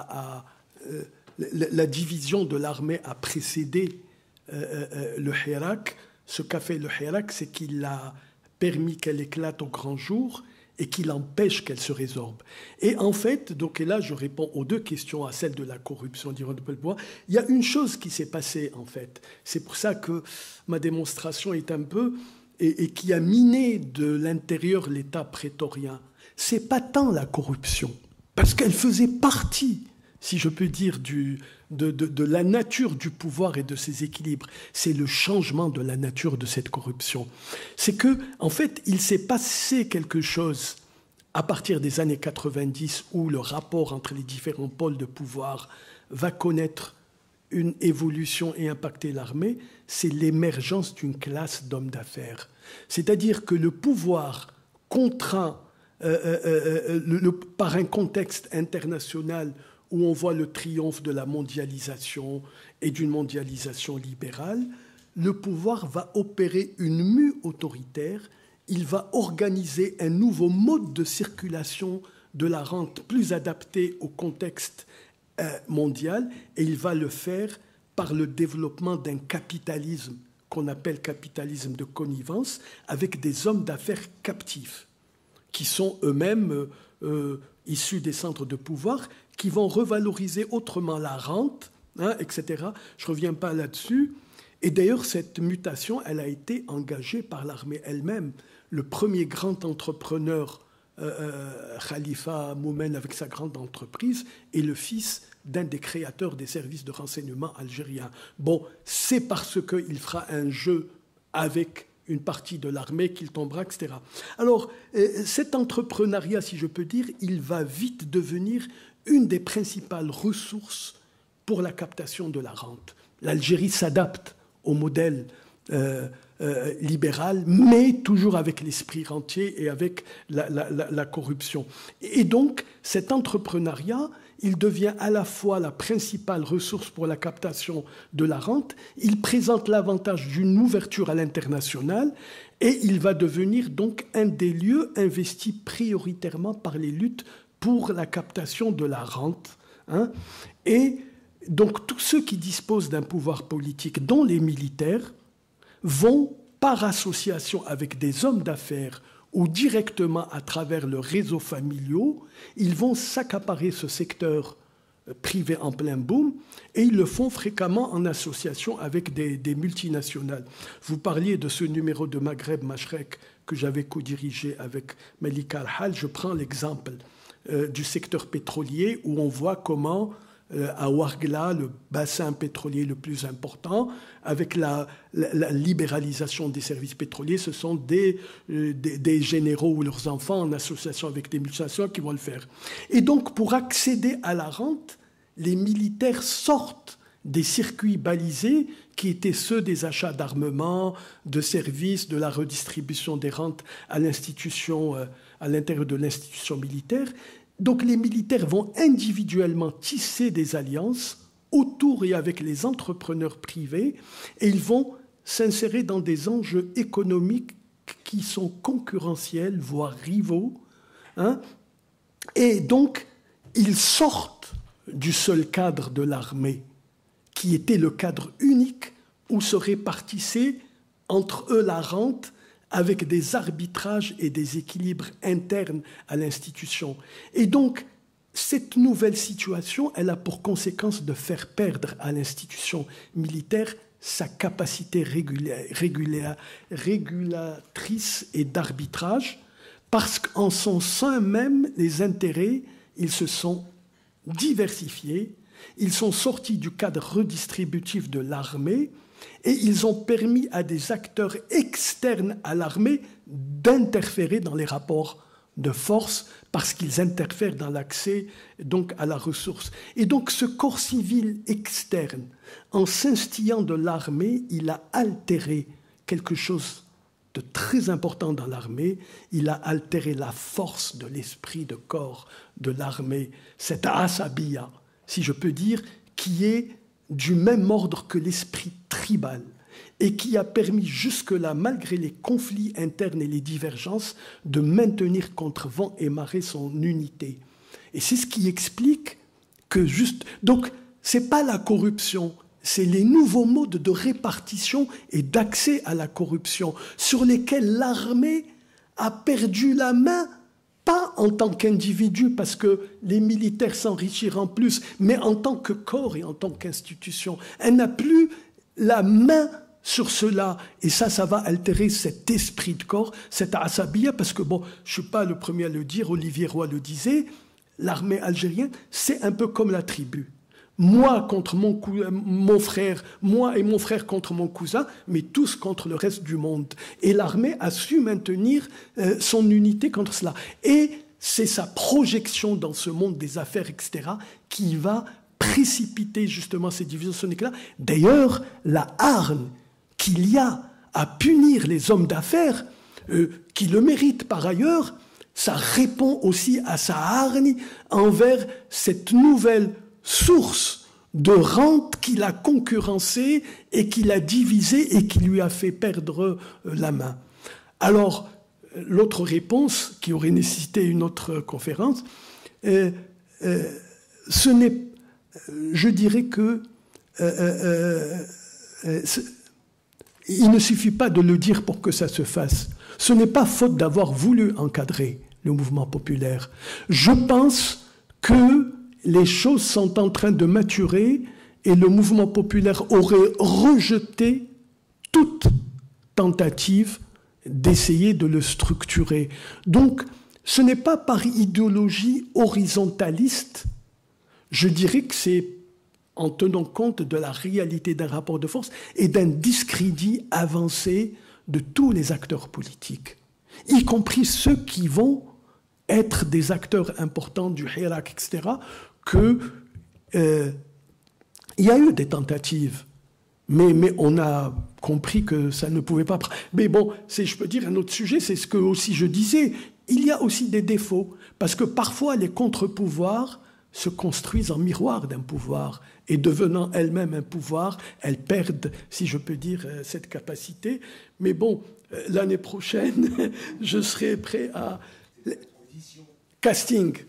la division de l'armée a précédé le Hirak. Ce qu'a fait le Hirak, c'est qu'il a permis qu'elle éclate au grand jour et qu'il empêche qu'elle se résorbe. Et en fait, donc, et là je réponds aux deux questions, à celle de la corruption d'Iran de Pelbois, il y a une chose qui s'est passée en fait. C'est pour ça que ma démonstration est un peu, et qui a miné de l'intérieur l'État prétorien. C'est pas tant la corruption, parce qu'elle faisait partie, si je peux dire, de la nature du pouvoir et de ses équilibres. C'est le changement de la nature de cette corruption. C'est que, en fait, il s'est passé quelque chose à partir des années 90 où le rapport entre les différents pôles de pouvoir va connaître une évolution et impacter l'armée, c'est l'émergence d'une classe d'hommes d'affaires. C'est-à-dire que le pouvoir contraint par un contexte international où on voit le triomphe de la mondialisation et d'une mondialisation libérale, le pouvoir va opérer une mue autoritaire, il va organiser un nouveau mode de circulation de la rente plus adapté au contexte mondial, et il va le faire par le développement d'un capitalisme qu'on appelle capitalisme de connivence, avec des hommes d'affaires captifs, qui sont eux-mêmes issus des centres de pouvoir, qui vont revaloriser autrement la rente, etc. Je ne reviens pas là-dessus. Et d'ailleurs, cette mutation, elle a été engagée par l'armée elle-même. Le premier grand entrepreneur, Khalifa Moumen, avec sa grande entreprise, est le fils d'un des créateurs des services de renseignement algériens. Bon, c'est parce qu'il fera un jeu avec une partie de l'armée qu'il tombera, etc. Alors, cet entrepreneuriat, si je peux dire, il va vite devenir une des principales ressources pour la captation de la rente. L'Algérie s'adapte au modèle libéral, mais toujours avec l'esprit rentier et avec la corruption. Et donc, cet entrepreneuriat, il devient à la fois la principale ressource pour la captation de la rente, il présente l'avantage d'une ouverture à l'international, et il va devenir donc un des lieux investis prioritairement par les luttes pour la captation de la rente. Et donc tous ceux qui disposent d'un pouvoir politique, dont les militaires, vont, par association avec des hommes d'affaires ou directement à travers leurs réseaux familiaux, ils vont s'accaparer ce secteur privé en plein boom, et ils le font fréquemment en association avec des multinationales. Vous parliez de ce numéro de Maghreb Mashrek que j'avais co-dirigé avec Malika Al-Hal. Je prends l'exemple du secteur pétrolier, où on voit comment à Ouargla, le bassin pétrolier le plus important, avec la libéralisation des services pétroliers, ce sont des généraux ou leurs enfants en association avec des multinationales qui vont le faire. Et donc, pour accéder à la rente, les militaires sortent des circuits balisés qui étaient ceux des achats d'armement, de services, de la redistribution des rentes à l'institution, à l'intérieur de l'institution militaire. Donc les militaires vont individuellement tisser des alliances autour et avec les entrepreneurs privés, et ils vont s'insérer dans des enjeux économiques qui sont concurrentiels, voire rivaux. Et donc, ils sortent du seul cadre de l'armée, qui était le cadre unique où se répartissait entre eux la rente, avec des arbitrages et des équilibres internes à l'institution. Et donc, cette nouvelle situation, elle a pour conséquence de faire perdre à l'institution militaire sa capacité régulatrice et d'arbitrage, parce qu'en son sein même, les intérêts, ils se sont diversifiés, ils sont sortis du cadre redistributif de l'armée, et ils ont permis à des acteurs externes à l'armée d'interférer dans les rapports de force, parce qu'ils interfèrent dans l'accès donc à la ressource. Et donc ce corps civil externe, en s'instillant de l'armée, il a altéré quelque chose de très important dans l'armée. Il a altéré la force de l'esprit de corps de l'armée, cette asabiya, si je peux dire, qui est du même ordre que l'esprit tribal, et qui a permis jusque-là, malgré les conflits internes et les divergences, de maintenir contre vent et marée son unité. Et c'est ce qui explique que juste... Donc, ce n'est pas la corruption, c'est les nouveaux modes de répartition et d'accès à la corruption sur lesquels l'armée a perdu la main, pas en tant qu'individu, parce que les militaires s'enrichiront en plus, mais en tant que corps et en tant qu'institution. Elle n'a plus la main sur cela. Et ça va altérer cet esprit de corps, cette asabiya, parce que, bon, je ne suis pas le premier à le dire, Olivier Roy le disait, l'armée algérienne, c'est un peu comme la tribu. Moi contre mon frère, moi et mon frère contre mon cousin, mais tous contre le reste du monde. Et l'armée a su maintenir son unité contre cela. Et c'est sa projection dans ce monde des affaires, etc., qui va précipiter justement ces divisions soniques-là. D'ailleurs, la hargne qu'il y a à punir les hommes d'affaires, qui le méritent par ailleurs, ça répond aussi à sa hargne envers cette nouvelle source de rente qu'il a concurrencée et qu'il a divisée et qui lui a fait perdre la main. Alors, l'autre réponse, qui aurait nécessité une autre conférence, ce n'est, je dirais que il ne suffit pas de le dire pour que ça se fasse. Ce n'est pas faute d'avoir voulu encadrer le mouvement populaire. Je pense que les choses sont en train de maturer et le mouvement populaire aurait rejeté toute tentative d'essayer de le structurer. Donc, ce n'est pas par idéologie horizontaliste, je dirais que c'est en tenant compte de la réalité d'un rapport de force et d'un discrédit avancé de tous les acteurs politiques, y compris ceux qui vont être des acteurs importants du Hirak, etc., qu'il y a eu des tentatives, mais on a compris que ça ne pouvait pas... Mais bon, c'est, je peux dire, un autre sujet, c'est ce que aussi je disais, il y a aussi des défauts, parce que parfois les contre-pouvoirs se construisent en miroir d'un pouvoir, et devenant elles-mêmes un pouvoir, elles perdent, si je peux dire, cette capacité. Mais bon, l'année prochaine, je serai prêt à... Casting.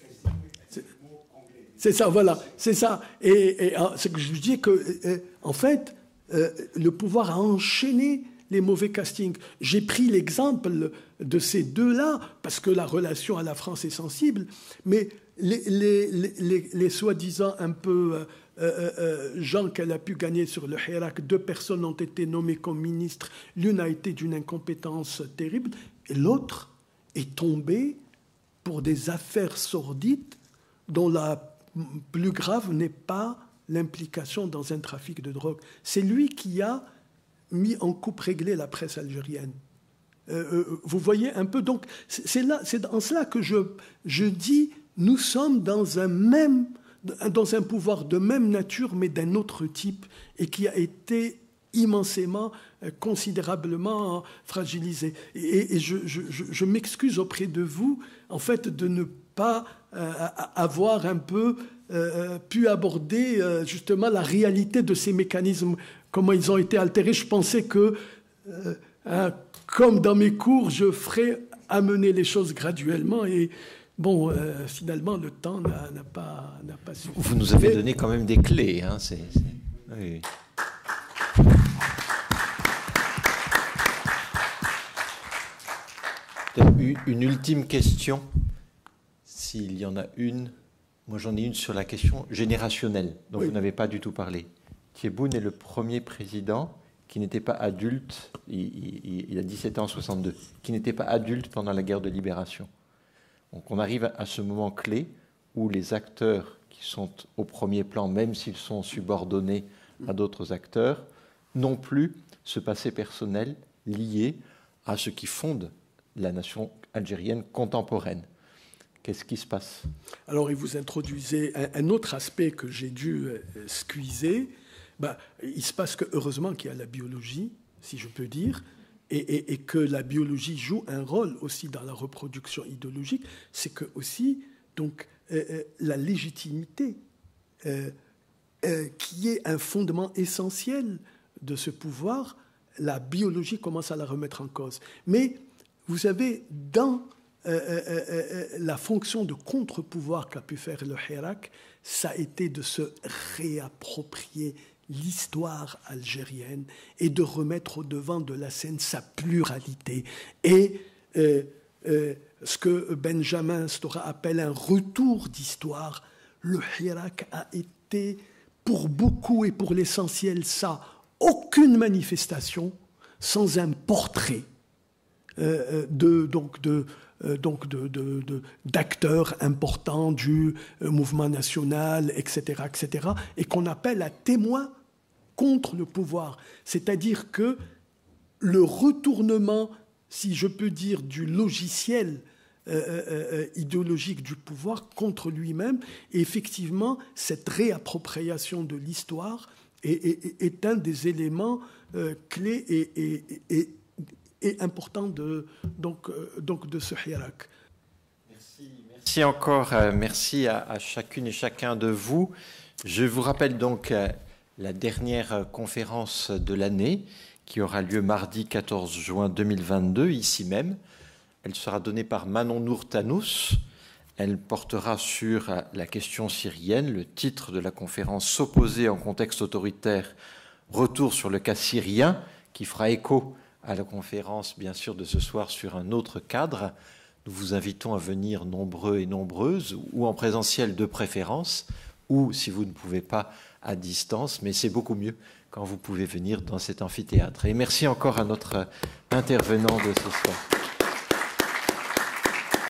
C'est ça, voilà, c'est ça. Et ce que je dis que, en fait, le pouvoir a enchaîné les mauvais castings. J'ai pris l'exemple de ces deux-là, parce que la relation à la France est sensible, mais les soi-disant un peu gens qu'elle a pu gagner sur le Hirak, 2 personnes ont été nommées comme ministres, l'une a été d'une incompétence terrible, et l'autre est tombée pour des affaires sordides dont la plus grave n'est pas l'implication dans un trafic de drogue. C'est lui qui a mis en coupe réglée la presse algérienne. Vous voyez un peu, donc c'est en cela que je dis, nous sommes dans un pouvoir de même nature, mais d'un autre type, et qui a été immensément, considérablement fragilisé. Et je m'excuse auprès de vous, en fait, de ne pas avoir un peu pu aborder justement la réalité de ces mécanismes, comment ils ont été altérés. Je pensais que, comme dans mes cours, je ferais amener les choses graduellement et bon, finalement, le temps n'a pas suffi. Vous nous avez donné quand même des clés. Hein, oui. Une ultime question, s'il y en a une. Moi, j'en ai une sur la question générationnelle, dont oui. Vous n'avez pas du tout parlé. Tebboune est le premier président qui n'était pas adulte, il a 17 ans en 62, qui n'était pas adulte pendant la guerre de libération. Donc on arrive à ce moment clé où les acteurs qui sont au premier plan, même s'ils sont subordonnés à d'autres acteurs, n'ont plus ce passé personnel lié à ce qui fonde la nation algérienne contemporaine. Qu'est-ce qui se passe? Alors, il vous introduisait un autre aspect que j'ai dû squeezer. Il se passe que, heureusement qu'il y a la biologie, si je peux dire, et que la biologie joue un rôle aussi dans la reproduction idéologique. C'est que aussi, donc, la légitimité, qui est un fondement essentiel de ce pouvoir, la biologie commence à la remettre en cause. Mais vous savez, dans la fonction de contre-pouvoir qu'a pu faire le Hirak, ça a été de se réapproprier l'histoire algérienne et de remettre au devant de la scène sa pluralité. Et ce que Benjamin Stora appelle un retour d'histoire, le Hirak a été pour beaucoup et pour l'essentiel ça, aucune manifestation sans un portrait d'acteurs importants du mouvement national, etc., et qu'on appelle à témoin contre le pouvoir. C'est-à-dire que le retournement, si je peux dire, du logiciel idéologique du pouvoir contre lui-même, et effectivement, cette réappropriation de l'histoire est un des éléments clés et important de ce Hirak. Merci encore, merci à chacune et chacun de vous. Je vous rappelle donc la dernière conférence de l'année qui aura lieu mardi 14 juin 2022, ici même. Elle sera donnée par Manon Nour-Tanous. Elle portera sur la question syrienne. Le titre de la conférence, S'opposer en contexte autoritaire, retour sur le cas syrien, qui fera écho à la conférence, bien sûr, de ce soir sur un autre cadre. Nous vous invitons à venir nombreux et nombreuses, ou en présentiel de préférence, ou, si vous ne pouvez pas, à distance, mais c'est beaucoup mieux quand vous pouvez venir dans cet amphithéâtre. Et merci encore à notre intervenant de ce soir.